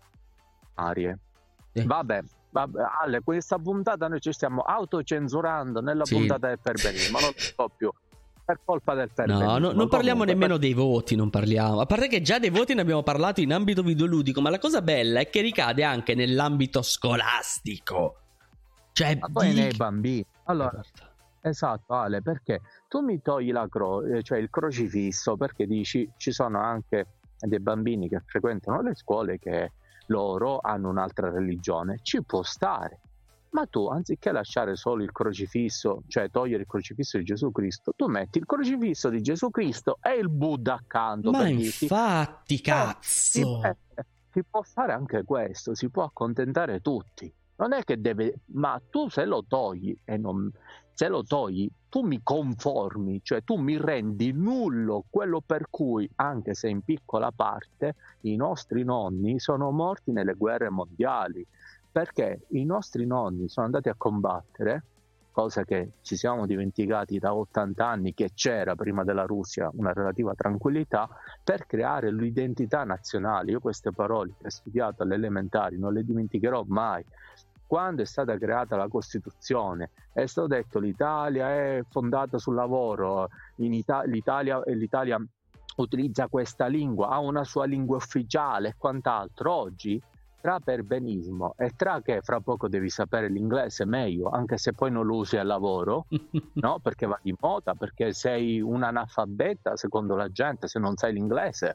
arie eh. vabbè Vabbè, Ale, questa puntata noi ci stiamo autocensurando nella sì. puntata del perbenismo, non so più per colpa del perbenismo. No, no, non parliamo Comunque, nemmeno per... dei voti, non parliamo. A parte che già dei voti ne abbiamo parlato in ambito videoludico, ma la cosa bella è che ricade anche nell'ambito scolastico. Cioè, ma poi di... nei bambini. Allora, esatto, Ale, perché tu mi togli la cro- cioè il crocifisso, perché dici ci sono anche dei bambini che frequentano le scuole che loro hanno un'altra religione. Ci può stare. Ma tu, anziché lasciare solo il crocifisso, cioè togliere il crocifisso di Gesù Cristo, tu metti il crocifisso di Gesù Cristo e il Buddha accanto. Ma per infatti, dirti, cazzo! Eh, si, eh, si può fare anche questo, si può accontentare tutti. Non è che deve... Ma tu se lo togli, e non... se lo togli, tu mi conformi, cioè tu mi rendi nullo quello per cui, anche se in piccola parte, i nostri nonni sono morti nelle guerre mondiali. Perché i nostri nonni sono andati a combattere, cosa che ci siamo dimenticati da ottanta anni che c'era prima della Russia una relativa tranquillità, per creare l'identità nazionale. Io queste parole che ho studiato alle elementari non le dimenticherò mai. Quando è stata creata la Costituzione è stato detto l'Italia è fondata sul lavoro, in Ita- l'Italia, l'Italia utilizza questa lingua, ha una sua lingua ufficiale e quant'altro. Oggi tra perbenismo e tra che fra poco devi sapere l'inglese meglio, anche se poi non lo usi al lavoro, no? Perché va di moda, perché sei un analfabeta secondo la gente se non sai l'inglese.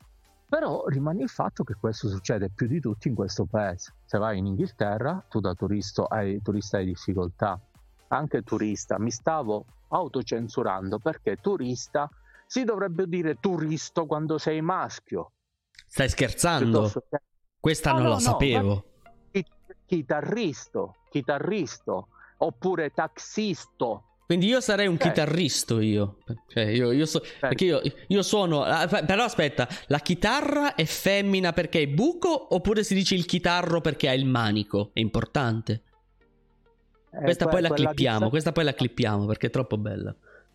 Però rimane il fatto che questo succede più di tutti in questo paese. Se vai in Inghilterra, tu da turista hai, turista hai difficoltà. Anche turista, mi stavo autocensurando perché turista si dovrebbe dire turisto quando sei maschio. Stai scherzando? Che... Questa no, non no, la sapevo. No, chitarristo, chitarristo, oppure taxisto. Quindi io sarei un cioè. chitarristo io. Cioè io, io so, perché io, io suono. Però aspetta, la chitarra è femmina perché è buco oppure si dice il chitarro perché ha il manico? È importante. Eh, questa que- poi la clippiamo, di... questa poi la clippiamo perché è troppo bella.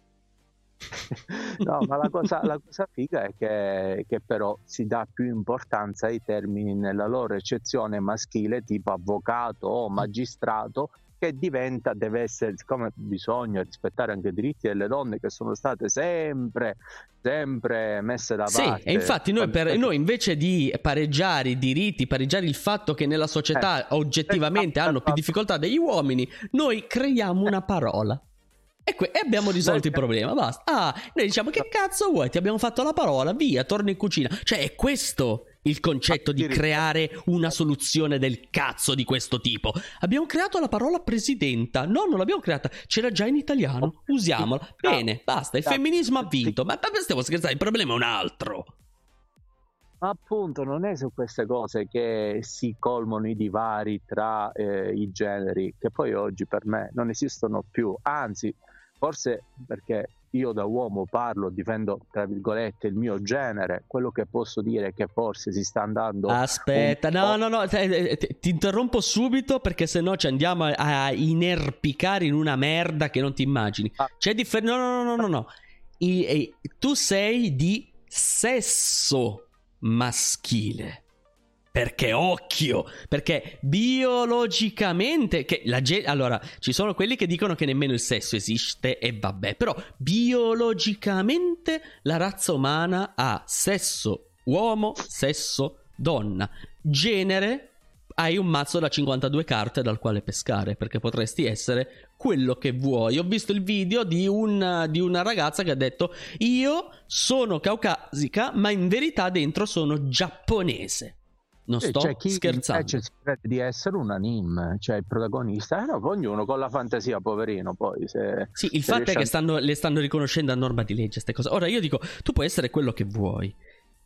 No, ma la cosa, la cosa figa è che, che però si dà più importanza ai termini nella loro eccezione maschile, tipo avvocato o magistrato, che diventa, deve essere, siccome bisogna rispettare anche i diritti delle donne che sono state sempre sempre messe da parte. Sì, e infatti noi, per, noi invece di pareggiare i diritti, pareggiare il fatto che nella società eh, oggettivamente hanno più difficoltà degli uomini, noi creiamo una parola. E, que- e abbiamo risolto il problema, basta. Ah, noi diciamo che cazzo vuoi? Ti abbiamo fatto la parola, via, torna in cucina. Cioè è questo il concetto di creare una soluzione del cazzo di questo tipo. Abbiamo creato la parola presidenta. No, non l'abbiamo creata, c'era già in italiano, usiamola. Bene, basta, il femminismo ha vinto. Ma stiamo scherzando, il problema è un altro. Appunto, non è su queste cose che si colmano i divari tra eh, i generi, che poi oggi per me non esistono più, anzi, forse perché io da uomo parlo, difendo tra virgolette il mio genere, quello che posso dire è che forse si sta andando... Aspetta, no, no, no, ti interrompo subito perché sennò ci andiamo a inerpicare in una merda che non ti immagini. C'è differenza... No, no, no, no, no. I, i, tu sei di sesso maschile. Perché occhio, perché biologicamente che la ge- allora ci sono quelli che dicono che nemmeno il sesso esiste e vabbè, però biologicamente la razza umana ha sesso uomo, sesso donna, genere, hai un mazzo da cinquantadue carte dal quale pescare, perché potresti essere quello che vuoi. Ho visto il video di una, di una ragazza che ha detto: io sono caucasica ma in verità dentro sono giapponese. Non E sto c'è chi scherzando. invece si crede di essere un anime, cioè il protagonista, eh no, poi ognuno con la fantasia, poverino, poi se, Sì, il se fatto è riesce che a... stanno, le stanno riconoscendo a norma di legge queste cose. Ora io dico, tu puoi essere quello che vuoi,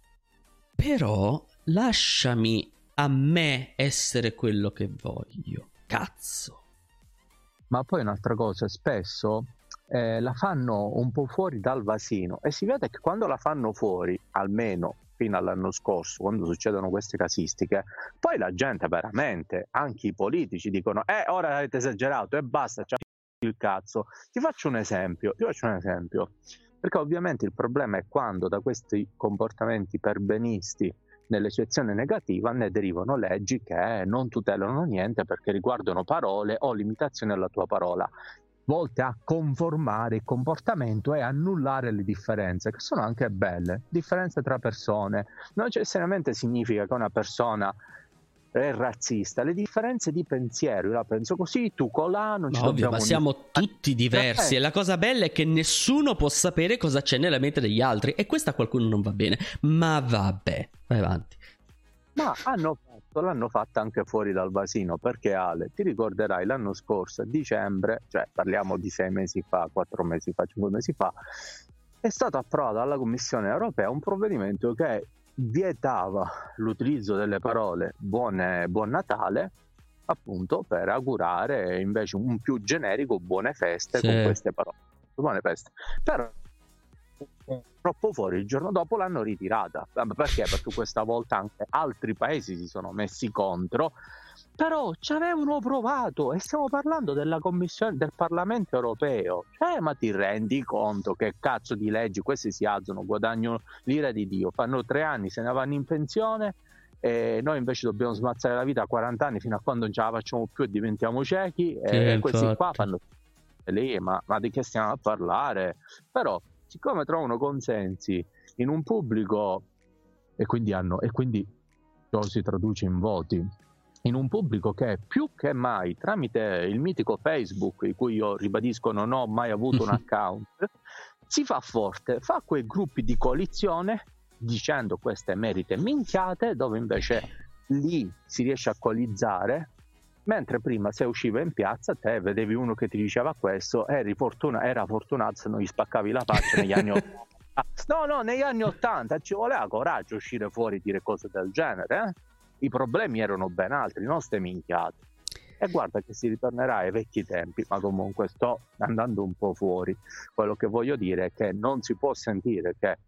però lasciami a me essere quello che voglio. Cazzo. Ma poi un'altra cosa, spesso eh, la fanno un po' fuori dal vasino e si vede che quando la fanno fuori, almeno fino all'anno scorso, quando succedono queste casistiche, poi la gente veramente, anche i politici dicono eh ora avete esagerato e basta, c'è il cazzo. Ti faccio un esempio, ti faccio un esempio, perché ovviamente il problema è quando da questi comportamenti perbenisti nell'eccezione negativa ne derivano leggi che non tutelano niente perché riguardano parole o limitazioni alla tua parola, volte a conformare il comportamento e annullare le differenze, che sono anche belle. Differenze tra persone non necessariamente significa che una persona è razzista, le differenze di pensiero, io la penso così, tu colà, non ci Ma ovvio, dobbiamo ma siamo tutti diversi e la cosa bella è che nessuno può sapere cosa c'è nella mente degli altri e questa a qualcuno non va bene, ma vabbè, vai avanti. Ma hanno fatto, l'hanno fatta anche fuori dal vasino, perché Ale, ti ricorderai l'anno scorso, a dicembre, cioè parliamo di sei mesi fa, quattro mesi fa, cinque mesi fa, è stato approvato dalla Commissione europea un provvedimento che vietava l'utilizzo delle parole buone, buon Natale, appunto per augurare invece un più generico buone feste, sì, con queste parole, buone feste. Però troppo fuori, il giorno dopo l'hanno ritirata. Perché? Perché questa volta anche altri paesi si sono messi contro, però ci avevano provato e stiamo parlando della Commissione del Parlamento europeo, cioè ma ti rendi conto che cazzo di leggi questi si alzano, guadagnano l'ira di Dio, fanno tre anni, se ne vanno in pensione e noi invece dobbiamo smazzare la vita a quaranta anni fino a quando non ce la facciamo più e diventiamo ciechi, e sì, questi infatti. qua fanno lì, ma, ma di che stiamo a parlare? Però siccome trovano consensi in un pubblico e quindi hanno e quindi ciò si traduce in voti in un pubblico che più che mai tramite il mitico Facebook, di cui io ribadisco non ho mai avuto un account, si fa forte, fa quei gruppi di coalizione dicendo queste merite minchiate, dove invece lì si riesce a coalizzare. Mentre prima se usciva in piazza te vedevi uno che ti diceva questo, eri fortuna- era fortunato se non gli spaccavi la faccia negli anni ottanta. No, no, negli anni ottanta ci voleva coraggio uscire fuori e dire cose del genere. Eh? I problemi erano ben altri, non ste minchiate. E guarda che si ritornerà ai vecchi tempi, ma comunque sto andando un po' fuori. Quello che voglio dire è che non si può sentire che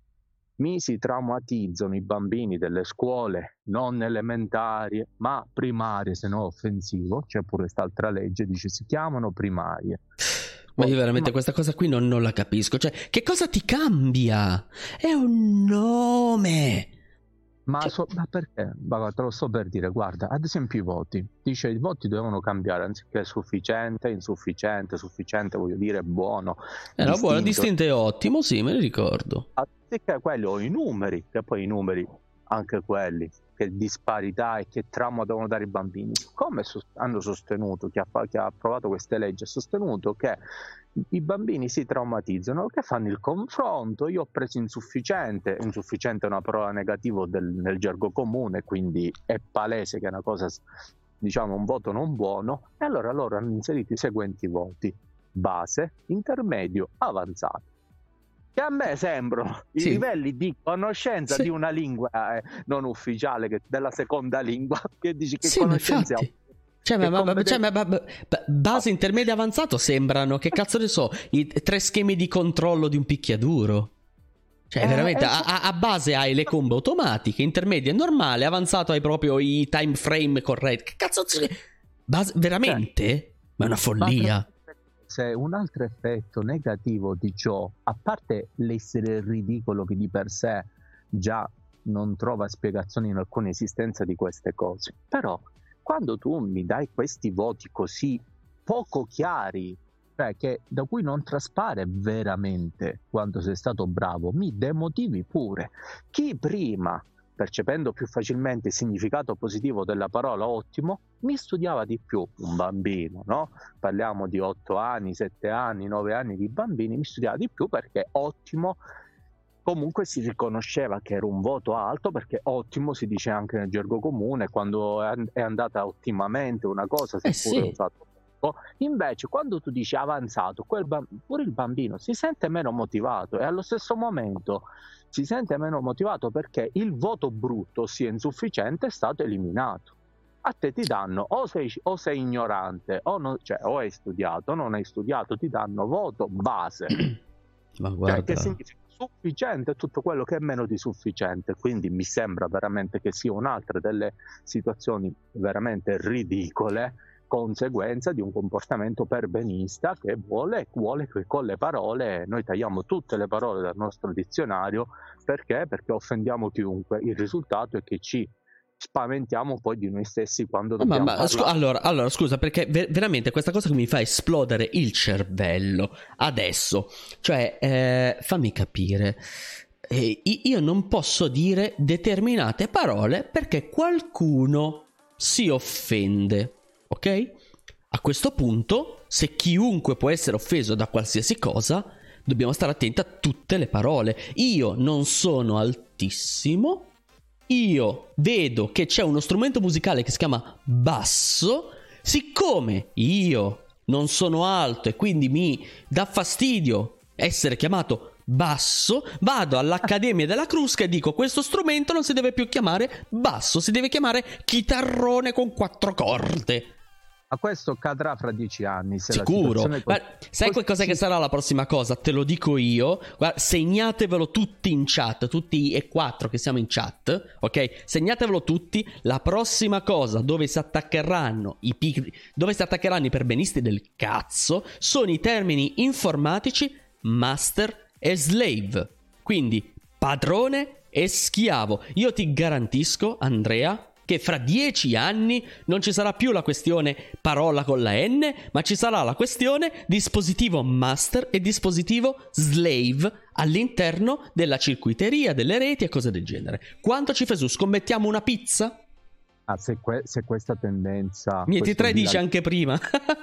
mi si traumatizzano i bambini delle scuole non elementari ma primarie, se no offensivo. C'è pure quest'altra legge, dice si chiamano primarie. Ma io veramente ma... questa cosa qui non, non la capisco. Cioè, che cosa ti cambia? È un nome. Ma, cioè... so, ma perché? Ma te lo sto per dire, guarda, ad esempio i voti. Dice i voti devono cambiare, anziché sufficiente, insufficiente, sufficiente voglio dire buono. Era distinto. Buono, distinto e ottimo, sì, me ne ricordo. Anziché quelli o i numeri, che poi i numeri, anche quelli, che disparità e che trauma devono dare i bambini. Come hanno sostenuto, chi ha, chi ha approvato queste leggi, ha sostenuto che i bambini si traumatizzano, che fanno il confronto, io ho preso insufficiente, insufficiente è una parola negativa del, nel gergo comune, quindi è palese che è una cosa, diciamo un voto non buono, e allora loro hanno inserito i seguenti voti: base, intermedio, avanzato. Che a me sembrano sì. i livelli di conoscenza sì. di una lingua eh, non ufficiale, che della seconda lingua, che dici che sì, conoscenza è. Cioè, ma, ma, competen- cioè ma, ma, ma, base, intermedio, avanzato sembrano, che cazzo ne so, i tre schemi di controllo di un picchiaduro. Cioè, eh, veramente, eh, a, a base hai le combo automatiche, intermedio è normale, avanzato hai proprio i time frame corretti. Che cazzo c'è? Base, veramente? Cioè, ma è una follia. Se un altro effetto negativo di ciò, a parte l'essere ridicolo che di per sé già non trova spiegazioni in alcuna esistenza di queste cose, però quando tu mi dai questi voti così poco chiari, cioè che da cui non traspare veramente quanto sei stato bravo, mi demotivi pure. Chi prima, percependo più facilmente il significato positivo della parola ottimo, mi studiava di più, un bambino, no? Parliamo di otto anni, sette anni, nove anni di bambini, mi studiava di più perché ottimo comunque si riconosceva che era un voto alto, perché ottimo si dice anche nel gergo comune, quando è andata ottimamente una cosa, seppure eh sì. usato poco. Invece quando tu dici avanzato, quel bamb- pure il bambino si sente meno motivato, e allo stesso momento si sente meno motivato perché il voto brutto, ossia insufficiente, è stato eliminato. A te ti danno o sei, o sei ignorante o, non, cioè, o hai studiato o non hai studiato, ti danno voto base. Ma guarda, cioè, che significa sufficiente tutto quello che è meno di sufficiente. Quindi mi sembra veramente che sia un'altra delle situazioni veramente ridicole, conseguenza di un comportamento perbenista che vuole, vuole che con le parole noi tagliamo tutte le parole dal nostro dizionario. Perché? Perché offendiamo chiunque. Il risultato è che ci spaventiamo poi di noi stessi quando ma, dobbiamo ma, parlare. scu- allora, allora, scusa, perché ver- veramente questa cosa che mi fa esplodere il cervello adesso, cioè, eh, fammi capire, eh, io non posso dire determinate parole perché qualcuno si offende, ok? A questo punto, se chiunque può essere offeso da qualsiasi cosa, dobbiamo stare attenti a tutte le parole. Io non sono altissimo, io vedo che c'è uno strumento musicale che si chiama basso, siccome io non sono alto e quindi mi dà fastidio essere chiamato basso, vado all'Accademia della Crusca e dico: questo strumento non si deve più chiamare basso, si deve chiamare chitarrone con quattro corde. Ma questo cadrà fra dieci anni. Se Sicuro. La Guarda, sai che cosa che sarà la prossima cosa? Te lo dico io. Guarda, segnatevelo tutti in chat, tutti e quattro che siamo in chat, ok? Segnatevelo tutti. La prossima cosa dove si attaccheranno i pigri, dove si attaccheranno i perbenisti del cazzo sono i termini informatici master e slave. Quindi padrone e schiavo. Io ti garantisco, Andrea, che fra dieci anni non ci sarà più la questione parola con la N, ma ci sarà la questione dispositivo master e dispositivo slave all'interno della circuiteria, delle reti e cose del genere. Quanto ci fai su? Scommettiamo una pizza? Ah, se, que- se questa tendenza... Mieti tre dice dilag- anche prima.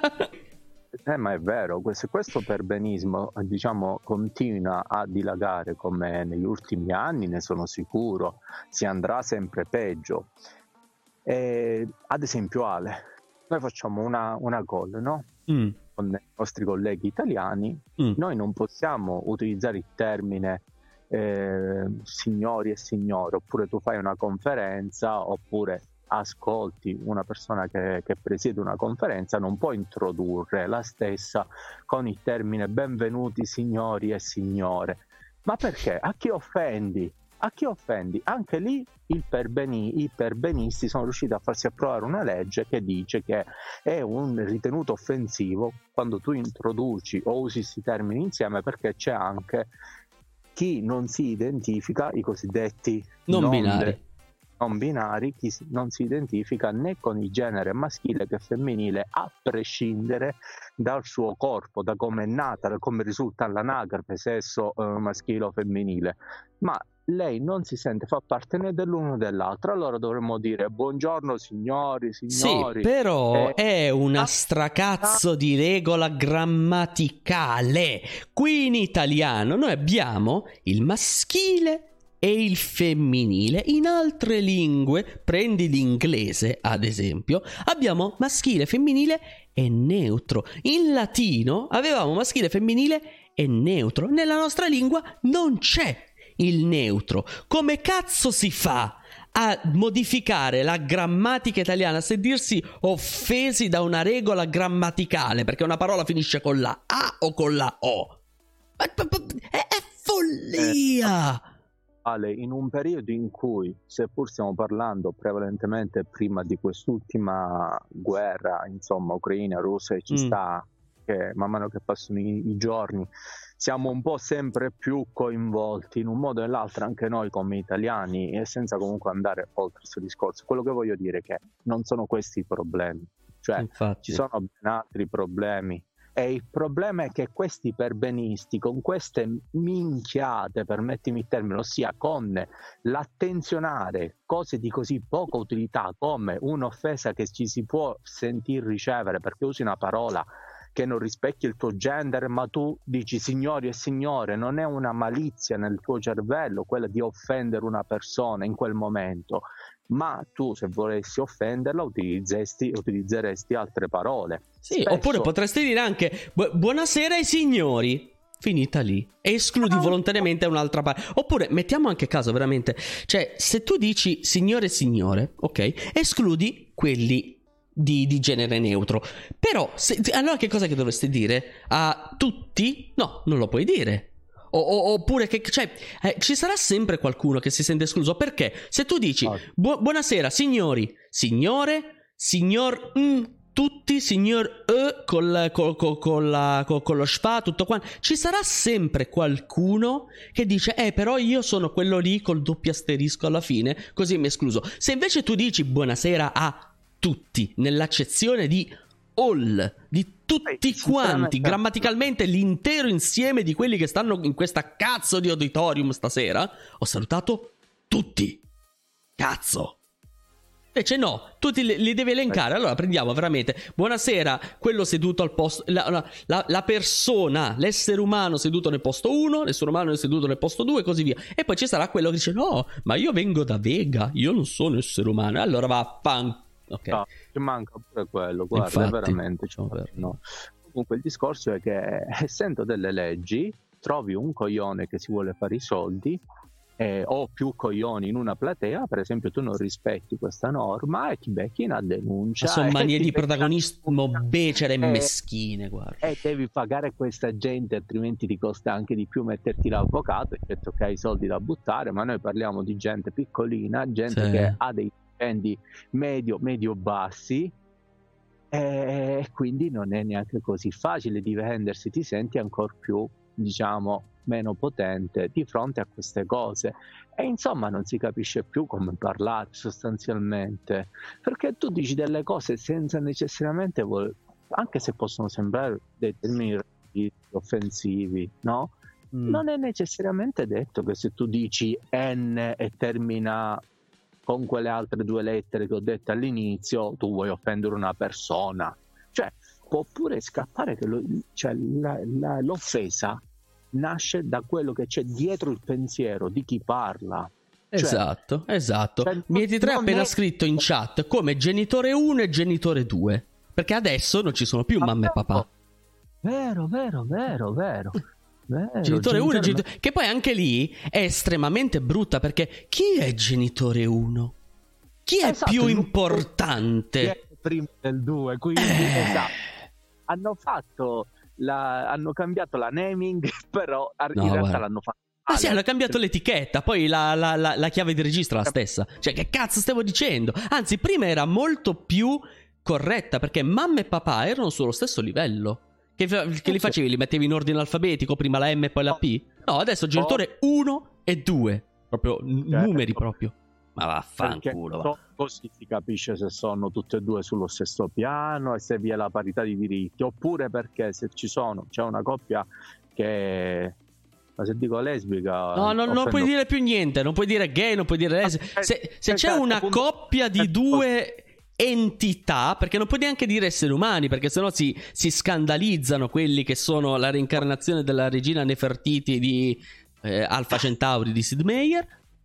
Eh, ma è vero, se questo perbenismo, diciamo, continua a dilagare come negli ultimi anni, ne sono sicuro, si andrà sempre peggio. E, ad esempio, Ale, noi facciamo una, una call, no? Mm. Con i nostri colleghi italiani, Mm. noi non possiamo utilizzare il termine eh, signori e signore, oppure tu fai una conferenza, oppure ascolti una persona che, che presiede una conferenza, non può introdurre la stessa con il termine benvenuti signori e signore. Ma perché? A chi offendi? A chi offendi? Anche lì il perbeni, i perbenisti sono riusciti a farsi approvare una legge che dice che è un ritenuto offensivo quando tu introduci o usi questi termini insieme, perché c'è anche chi non si identifica, i cosiddetti Non non binari. de- non binari, chi non si identifica né con il genere maschile che femminile, a prescindere dal suo corpo, da come è nata, da come risulta all'anagrafe, sesso eh, maschile o femminile. Ma lei non si sente fa parte né dell'uno né dell'altro. Allora dovremmo dire buongiorno signori, signori. Sì, però eh, è una stracazzo di regola grammaticale. Qui in italiano noi abbiamo il maschile e il femminile. In altre lingue, prendi l'inglese ad esempio, abbiamo maschile, femminile e neutro. In latino avevamo maschile, femminile e neutro. Nella nostra lingua non c'è il neutro. Come cazzo si fa a modificare la grammatica italiana, a sentirsi offesi da una regola grammaticale perché una parola finisce con la A o con la O? È, è follia! Ale, in un periodo in cui, seppur stiamo parlando prevalentemente prima di quest'ultima guerra, insomma, Ucraina, Russia, ci Mm. sta, che man mano che passano i, i giorni siamo un po' sempre più coinvolti in un modo o nell'altro, anche noi come italiani, e senza comunque andare oltre questo discorso. Quello che voglio dire è che non sono questi i problemi, cioè Infatti. ci sono ben altri problemi. E il problema è che questi perbenisti, con queste minchiate, permettimi il termine, ossia con l'attenzionare cose di così poca utilità come un'offesa che ci si può sentir ricevere perché usi una parola che non rispecchia il tuo gender, ma tu dici signori e signore, non è una malizia nel tuo cervello quella di offendere una persona in quel momento, ma tu se volessi offenderla utilizzeresti, utilizzeresti altre parole. Sì, Spesso... oppure potresti dire anche bu- buonasera ai signori. Finita lì. E escludi volontariamente un'altra parte. Oppure mettiamo anche caso veramente, cioè se tu dici signore e signore, ok, escludi quelli di, di genere neutro. Però se, allora che cosa che dovresti dire? A tutti? No, non lo puoi dire. O, o, oppure che cioè eh, ci sarà sempre qualcuno che si sente escluso, perché se tu dici bu- buonasera signori, signore, signor mm, tutti, signor E, col, col, col, col, la, col, con lo schwa, tutto quanto, ci sarà sempre qualcuno che dice eh però io sono quello lì col doppio asterisco alla fine, così mi escluso. Se invece tu dici buonasera a tutti nell'accezione di all, di tutti quanti, grammaticalmente l'intero insieme di quelli che stanno in questa cazzo di auditorium stasera, ho salutato tutti, cazzo. Invece no, tu ti, li devi elencare. Allora prendiamo veramente buonasera quello seduto al posto, la, la, la persona, l'essere umano seduto nel posto uno, l'essere umano seduto nel posto due e così via. E poi ci sarà quello che dice no, ma io vengo da Vega, io non sono essere umano. E allora va fan. Ok, no, ci manca pure quello, guarda. Infatti, veramente ci manca, no. Comunque il discorso è che essendo delle leggi trovi un coglione che si vuole fare i soldi eh, o più coglioni in una platea, per esempio tu non rispetti questa norma e ti becchi una denuncia. Ma sono manie di protagonismo una... becere e eh, meschine, guarda. E devi pagare questa gente, altrimenti ti costa anche di più metterti l'avvocato, eccetto che hai soldi da buttare, ma noi parliamo di gente piccolina, gente sì. che ha dei stipendi medio, medio bassi, e quindi non è neanche così facile difendersi, ti senti ancora più, diciamo, meno potente di fronte a queste cose e insomma non si capisce più come parlare sostanzialmente, perché tu dici delle cose senza necessariamente vol- anche se possono sembrare dei termini offensivi, no? Mm. Non è necessariamente detto che se tu dici N e termina con quelle altre due lettere che ho detto all'inizio tu vuoi offendere una persona, cioè può pure scappare che lo, cioè, la, la, l'offesa nasce da quello che c'è dietro il pensiero di chi parla. Cioè, esatto, esatto. Cioè, Mieti tre ha appena è... scritto in chat come genitore uno e genitore due, perché adesso non ci sono più mamma e papà. Vero, vero, vero, vero. Vero, genitore uno e genitore... Che poi anche lì è estremamente brutta, perché chi è genitore uno? Chi è esatto, più importante? Chi è prima del due, quindi eh... esatto. Hanno fatto la... hanno cambiato la naming, però in no, realtà guarda. l'hanno fatto. Ah sì, hanno cambiato l'etichetta, poi la, la, la, la chiave di registro è la stessa. Cioè, che cazzo stavo dicendo? Anzi, prima era molto più corretta, perché mamma e papà erano sullo stesso livello. Che, che li facevi? Li mettevi in ordine alfabetico, prima la M e poi la P? No, adesso genitore uno e due. Proprio, numeri proprio. Ma vaffanculo. Va. Così si capisce se sono tutte e due sullo stesso piano e se vi è la parità di diritti. Oppure perché se ci sono, c'è una coppia che... Ma se dico lesbica... No, no non puoi dire più niente, non puoi dire gay, non puoi dire lesbica. Se, se c'è una coppia di due entità, perché non puoi neanche dire esseri umani, perché sennò si, si scandalizzano quelli che sono la reincarnazione della regina Nefertiti di eh, Alpha Centauri di Sid Meier.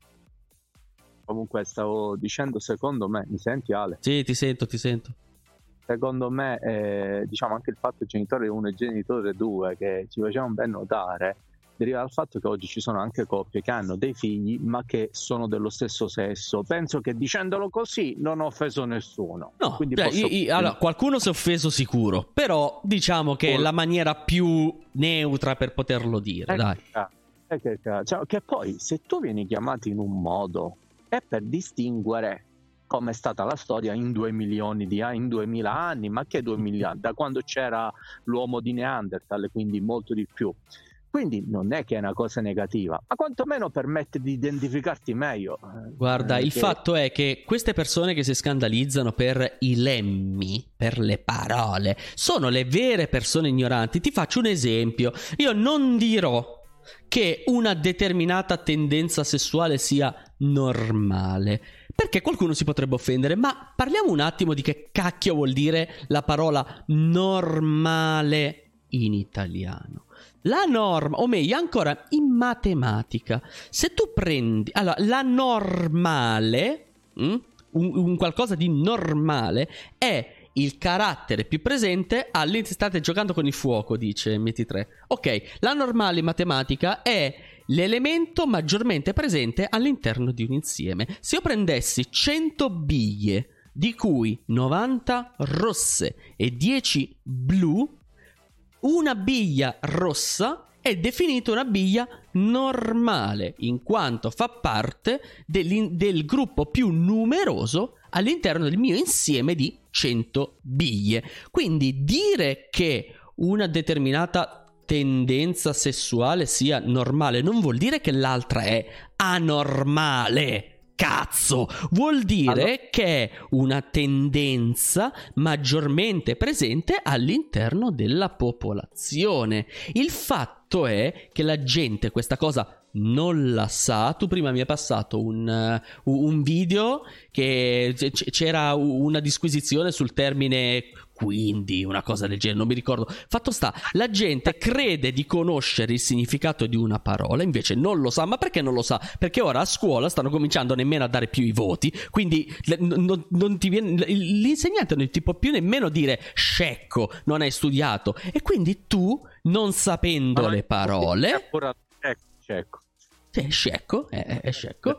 Comunque stavo dicendo, secondo me, mi senti Ale? Sì, ti sento, ti sento. Secondo me, eh, diciamo anche il fatto genitore uno e genitore due, che ci facevano ben notare, deriva dal fatto che oggi ci sono anche coppie che hanno dei figli ma che sono dello stesso sesso. Penso che dicendolo così non ho offeso nessuno. No, quindi cioè, posso... io, io, allora, qualcuno si è offeso sicuro, però diciamo che è la maniera più neutra per poterlo dire, eh, dai. Eh, che, cioè, che poi se tu vieni chiamato in un modo è per distinguere come è stata la storia in due milioni di anni, in duemila anni, ma che due milioni, da quando c'era l'uomo di Neanderthal, quindi molto di più. Quindi non è che è una cosa negativa, ma quantomeno permette di identificarti meglio. Guarda, eh, il che... fatto è che queste persone che si scandalizzano per i lemmi, per le parole, sono le vere persone ignoranti. Ti faccio un esempio. Io non dirò che una determinata tendenza sessuale sia normale, Perché qualcuno si potrebbe offendere, ma parliamo un attimo di che cacchio vuol dire la parola normale in italiano. La norma, o meglio ancora in matematica, se tu prendi, allora la normale, mh, un, un qualcosa di normale è il carattere più presente all'interno. State giocando con il fuoco, dice M T tre. Ok, la normale in matematica è l'elemento maggiormente presente all'interno di un insieme. Se io prendessi cento biglie, di cui novanta rosse e dieci blu, una biglia rossa è definita una biglia normale, in quanto fa parte del gruppo più numeroso all'interno del mio insieme di cento biglie. Quindi dire che una determinata tendenza sessuale sia normale non vuol dire che l'altra è anormale. Cazzo, vuol dire allora, che è una tendenza maggiormente presente all'interno della popolazione. Il fatto è che la gente questa cosa non la sa. Tu prima mi hai passato un, uh, un video che c- c'era una disquisizione sul termine quindi, una cosa del genere, non mi ricordo. Fatto sta, la gente crede di conoscere il significato di una parola, invece non lo sa. Ma perché non lo sa? Perché ora a scuola stanno cominciando nemmeno a dare più i voti, quindi non, non ti viene, l'insegnante non ti può più nemmeno dire scecco, non hai studiato. E quindi tu, non sapendo ma le parole, scecco. Sì, scecco, è, è scecco.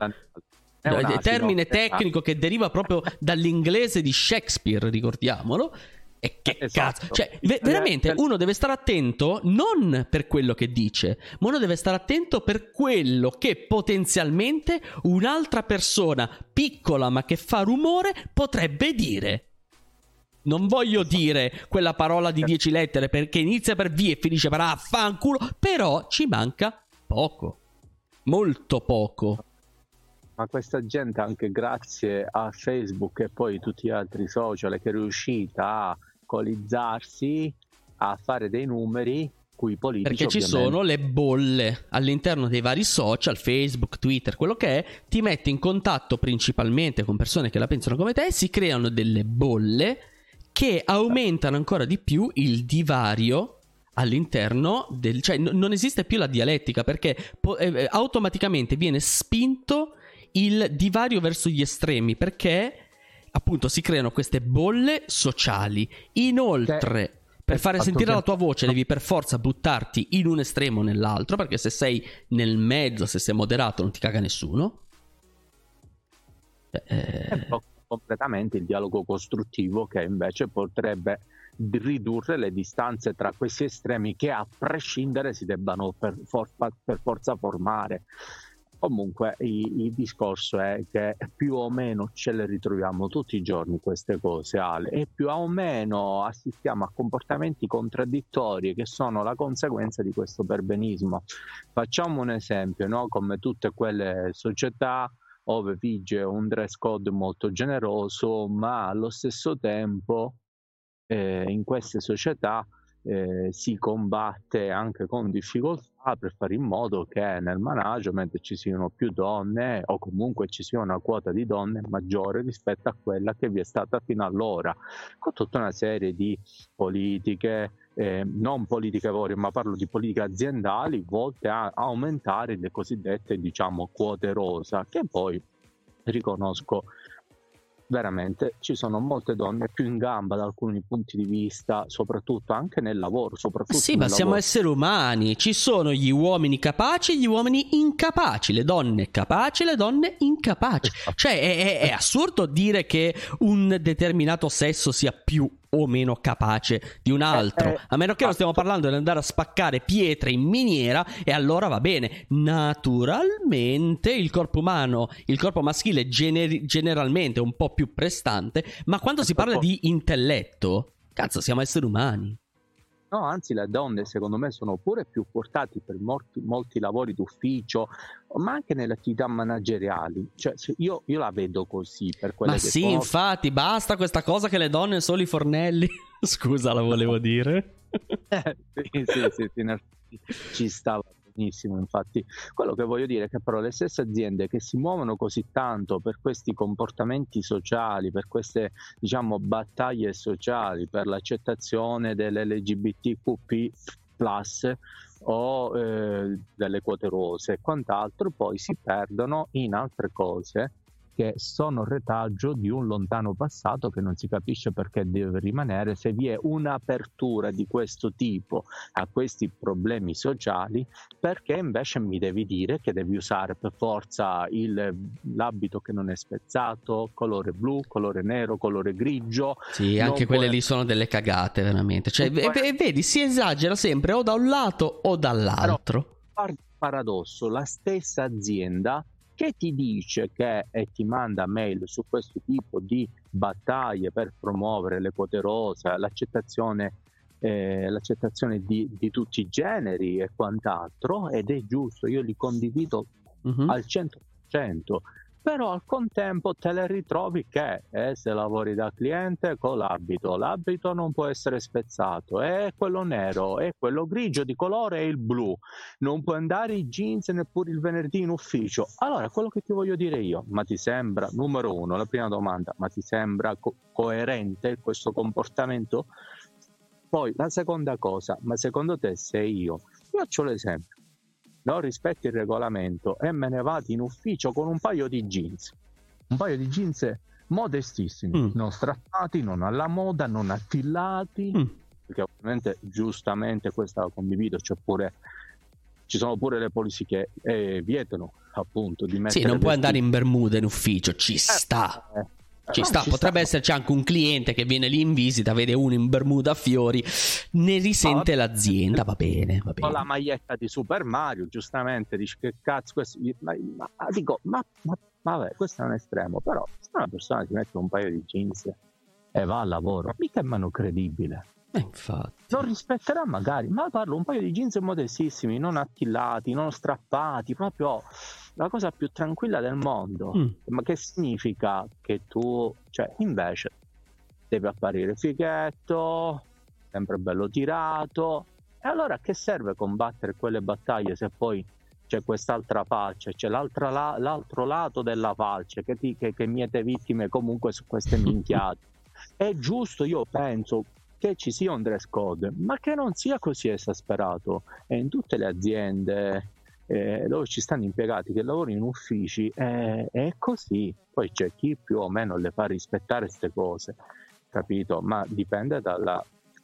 È un asino, termine è tecnico che deriva proprio dall'inglese di Shakespeare, ricordiamolo. E che esatto. cazzo, cioè ve- veramente uno deve stare attento non per quello che dice, ma uno deve stare attento per quello che potenzialmente un'altra persona piccola ma che fa rumore potrebbe dire. Non voglio dire quella parola di dieci lettere perché inizia per V e finisce per affanculo, però ci manca poco, molto poco. Ma questa gente, anche grazie a Facebook e poi tutti gli altri social, che è riuscita a colizzarsi, a fare dei numeri cui politici, perché ci ovviamente sono le bolle all'interno dei vari social, Facebook, Twitter, quello che è, ti metti in contatto principalmente con persone che la pensano come te e si creano delle bolle che aumentano ancora di più il divario all'interno del... cioè n- non esiste più la dialettica, perché po- eh, automaticamente viene spinto il divario verso gli estremi, perché appunto si creano queste bolle sociali. Inoltre, che, per fare sentire che... la tua voce devi per forza buttarti in un estremo o nell'altro, perché se sei nel mezzo, se sei moderato, non ti caga nessuno. Eh... completamente il dialogo costruttivo, che invece potrebbe ridurre le distanze tra questi estremi che a prescindere si debbano per, for- per forza formare. Comunque il, il discorso è che più o meno ce le ritroviamo tutti i giorni queste cose, Ale, e più o meno assistiamo a comportamenti contraddittori che sono la conseguenza di questo perbenismo. Facciamo un esempio, no? Come tutte quelle società dove vige un dress code molto generoso, ma allo stesso tempo eh, in queste società eh, si combatte anche con difficoltà per fare in modo che nel management ci siano più donne, o comunque ci sia una quota di donne maggiore rispetto a quella che vi è stata fino allora, con tutta una serie di politiche, eh, non politiche vere, ma parlo di politiche aziendali volte a aumentare le cosiddette, diciamo, quote rosa, che poi riconosco veramente ci sono molte donne più in gamba da alcuni punti di vista, soprattutto anche nel lavoro, soprattutto sì, nel ma siamo lavoro. esseri umani, ci sono gli uomini capaci e gli uomini incapaci, le donne capaci e le donne incapaci. Cioè è, è, è assurdo dire che un determinato sesso sia più o meno capace di un altro, eh, eh, a meno che non stiamo parlando di andare a spaccare pietre in miniera, e allora va bene. Naturalmente il corpo umano, il corpo maschile gener- generalmente è un po' più prestante, ma quando si parla di intelletto, cazzo, siamo esseri umani. No, anzi, le donne secondo me sono pure più portate per molti, molti lavori d'ufficio, ma anche nelle attività manageriali. Cioè, io, io la vedo così per quelle ma che sì, conosco. Infatti, basta questa cosa che le donne sono i fornelli. Scusa, la volevo dire. sì, sì, sì, sì, ci stava. benissimo, infatti. Quello che voglio dire è che però le stesse aziende che si muovono così tanto per questi comportamenti sociali, per queste, diciamo, battaglie sociali, per l'accettazione dell'L G B T Q P plus o eh, delle quote rose e quant'altro, poi si perdono in altre cose che sono retaggio di un lontano passato che non si capisce perché deve rimanere, se vi è un'apertura di questo tipo a questi problemi sociali, perché invece mi devi dire che devi usare per forza il, l'abito che non è spezzato, colore blu, colore nero, colore grigio. Sì, anche quelle puoi... lì sono delle cagate veramente, cioè puoi... v- vedi, si esagera sempre o da un lato o dall'altro. Però, paradosso, la stessa azienda che ti dice che e ti manda mail su questo tipo di battaglie per promuovere le quote rosa, l'accettazione, eh, l'accettazione di, di tutti i generi e quant'altro, ed è giusto, io li condivido uh-huh. al cento per cento, però al contempo te le ritrovi che eh, se lavori da cliente con l'abito, l'abito non può essere spezzato, è quello nero, è quello grigio di colore, è il blu, non puoi andare i jeans neppure il venerdì in ufficio. Allora, quello che ti voglio dire io, ma ti sembra, numero uno, la prima domanda, ma ti sembra co- coerente questo comportamento? Poi la seconda cosa, ma secondo te se io, faccio l'esempio, non rispetti il regolamento e me ne vado in ufficio con un paio di jeans, un paio di jeans modestissimi, mm. non strappati, non alla moda, non attillati, mm. perché ovviamente giustamente questa la condivido, c'è pure, ci sono pure le policy che eh, vietano appunto di mettere, sì, non puoi vestiti. andare in bermuda in ufficio, ci sta. Eh, eh. Ci sta, ci potrebbe sta. Esserci anche un cliente che viene lì in visita, vede uno in bermuda a fiori, ne risente no, l'azienda, va bene, va bene. Con la maglietta di Super Mario, giustamente dici che cazzo questo, ma, ma, dico, ma, ma, ma vabbè, questo è un estremo, però se una persona si mette un paio di jeans e va al lavoro, mica è meno credibile. Eh, infatti. Non rispetterà magari, ma parlo un paio di jeans modestissimi, non attillati, non strappati, proprio la cosa più tranquilla del mondo. Mm. Ma che significa? Che tu, cioè, invece devi apparire fighetto, sempre bello tirato, e allora che serve combattere quelle battaglie se poi c'è quest'altra faccia, c'è l'altra la, l'altro lato della falce che, ti, che, che miete vittime comunque su queste minchiate. È giusto, io penso, che ci sia un dress code, ma che non sia così esasperato, e in tutte le aziende eh, dove ci stanno impiegati che lavorano in uffici eh, è così. Poi c'è chi più o meno le fa rispettare queste cose, capito? Ma dipende dalla,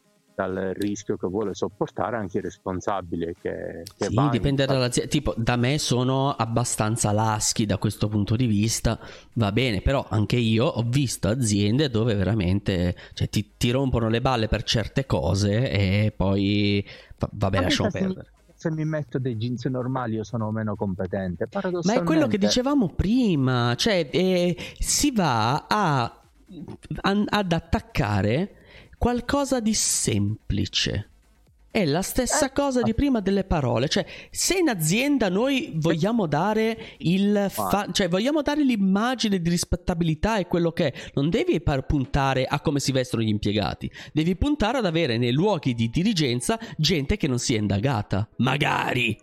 dal rischio che vuole sopportare anche il responsabile che, che sì, va dipende in... dall'azienda. Tipo, da me sono abbastanza laschi da questo punto di vista, va bene, però anche io ho visto aziende dove veramente, cioè, ti, ti rompono le balle per certe cose e poi vabbè, lasciamo perdere. Se mi metto dei jeans normali io sono meno competente, paradossalmente. Ma è quello che dicevamo prima, cioè eh, si va a, a, ad attaccare qualcosa di semplice. È la stessa eh, cosa di prima delle parole, cioè se in azienda noi vogliamo dare il fa- cioè vogliamo dare l'immagine di rispettabilità e quello che è, non devi par- puntare a come si vestono gli impiegati, devi puntare ad avere nei luoghi di dirigenza gente che non sia indagata, magari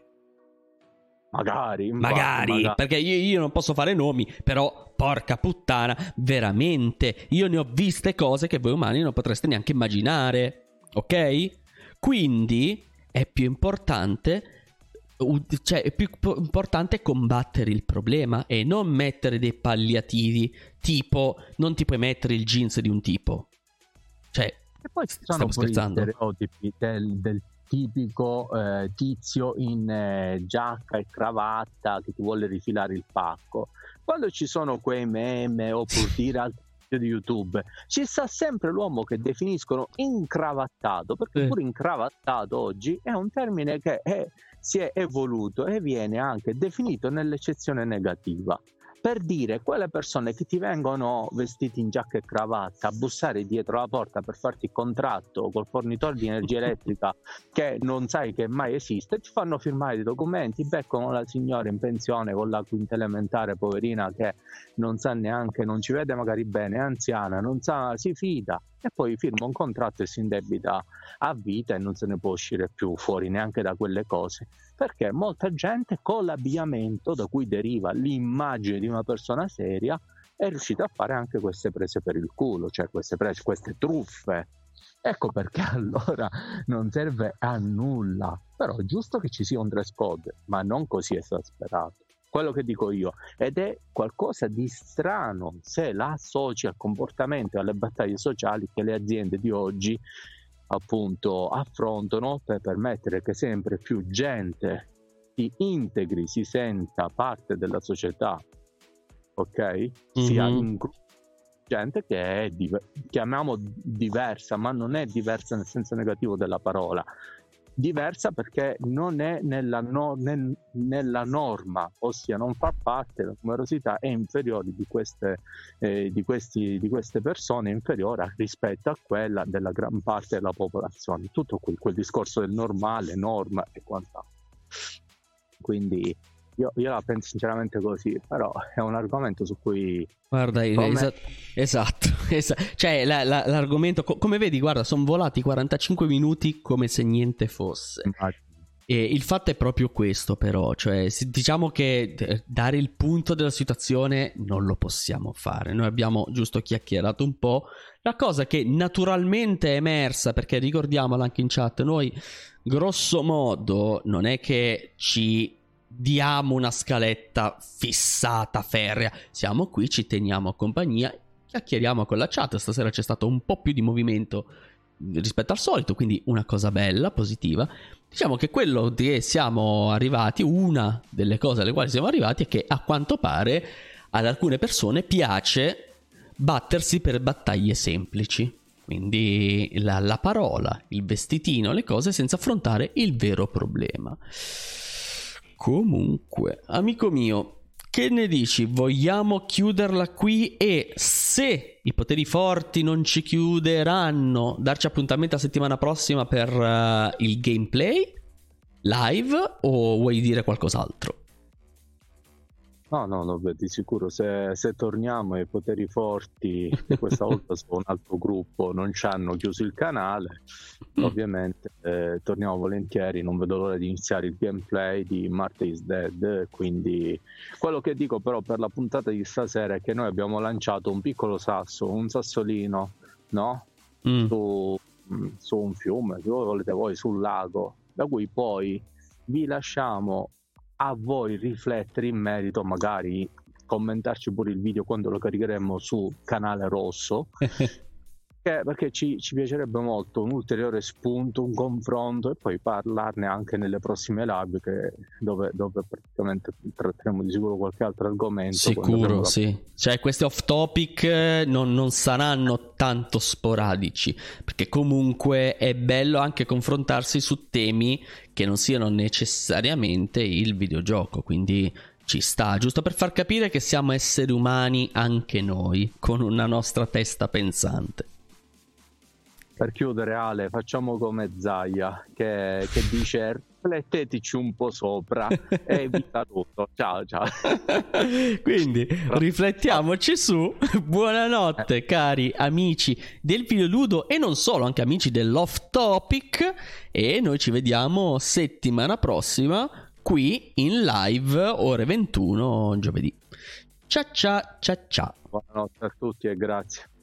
magari magari, magari. Perché io, io non posso fare nomi, però porca puttana, veramente io ne ho viste cose che voi umani non potreste neanche immaginare, ok? Quindi è più importante, cioè è più importante combattere il problema e non mettere dei palliativi, tipo non ti puoi mettere il jeans di un tipo, cioè e poi ci sono poi scherzando? Gli stereotipi del, del tipico eh, tizio in eh, giacca e cravatta che ti vuole rifilare il pacco. Quando ci sono quei meme oppure dire altri di YouTube, ci sta sempre l'uomo che definiscono incravattato, perché pure incravattato oggi è un termine che è, si è evoluto e viene anche definito nell'eccezione negativa, per dire quelle persone che ti vengono vestiti in giacca e cravatta a bussare dietro la porta per farti il contratto col fornitore di energia elettrica che non sai che mai esiste, ti fanno firmare i documenti, beccano la signora in pensione con la quinta elementare, poverina, che non sa neanche, non ci vede magari bene, è anziana, non sa, si fida, e poi firma un contratto e si indebita a vita e non se ne può uscire più fuori neanche da quelle cose, perché molta gente con l'abbigliamento da cui deriva l'immagine di una persona seria è riuscita a fare anche queste prese per il culo, cioè queste prese, queste truffe. Ecco perché allora non serve a nulla, però è giusto che ci sia un dress code, ma non così esasperato. Quello che dico io, ed è qualcosa di strano se la associ al comportamento e alle battaglie sociali che le aziende di oggi appunto affrontano per permettere che sempre più gente si integri, si senta parte della società, ok? Mm-hmm. Sia un gruppo di gente che è diver- chiamiamo diversa, ma non è diversa nel senso negativo della parola. Diversa perché non è nella, no, nel, nella norma, ossia non fa parte, la numerosità è inferiore di queste, eh, di, questi, di queste persone, è inferiore rispetto a quella della gran parte della popolazione. Tutto quel, quel discorso del normale, norma e quant'altro. Quindi io, io la penso sinceramente così, però è un argomento su cui... Guarda, come... esa- esatto, esatto. Cioè la, la, l'argomento, co- come vedi, guarda, sono volati quarantacinque minuti come se niente fosse. E il fatto è proprio questo, però, cioè diciamo che eh, dare il punto della situazione non lo possiamo fare. Noi abbiamo giusto chiacchierato un po'. La cosa che naturalmente è emersa, perché ricordiamola anche in chat, noi grosso modo non è che ci diamo una scaletta fissata, ferrea. Siamo qui, ci teniamo compagnia, chiacchieriamo con la chat. Stasera c'è stato un po' più di movimento rispetto al solito, quindi una cosa bella, positiva. Diciamo che quello che siamo arrivati, una delle cose alle quali siamo arrivati, è che a quanto pare ad alcune persone piace battersi per battaglie semplici. Quindi la, la parola, il vestitino, le cose, senza affrontare il vero problema. Comunque, amico mio, che ne dici? Vogliamo chiuderla qui e se i poteri forti non ci chiuderanno, darci appuntamento la settimana prossima per uh, il gameplay live, o vuoi dire qualcos'altro? No, no, no, beh, di sicuro se, se torniamo ai poteri forti, che questa volta sono un altro gruppo, non ci hanno chiuso il canale, ovviamente eh, torniamo volentieri, non vedo l'ora di iniziare il gameplay di Martha is Dead. Quindi quello che dico però per la puntata di stasera è che noi abbiamo lanciato un piccolo sasso, un sassolino, no? Mm. Su, su un fiume, se voi volete voi, sul lago, da cui poi vi lasciamo a voi riflettere in merito, magari commentarci pure il video quando lo caricheremo su canale rosso, che, perché ci, ci piacerebbe molto un ulteriore spunto, un confronto, e poi parlarne anche nelle prossime live, che, dove, dove praticamente tratteremo di sicuro qualche altro argomento. Sicuro, sì. La... Cioè questi off topic non, non saranno tanto sporadici, perché comunque è bello anche confrontarsi su temi che non siano necessariamente il videogioco, quindi ci sta, giusto per far capire che siamo esseri umani anche noi, con una nostra testa pensante. Per chiudere, Ale, facciamo come Zaya che, che dice rifletteteci un po' sopra e vi saluto, ciao ciao. Quindi riflettiamoci su. Buonanotte cari amici del videoludo e non solo, anche amici dell'off topic, e noi ci vediamo settimana prossima qui in live ore ventuno giovedì. Ciao ciao ciao ciao. Buonanotte a tutti e grazie.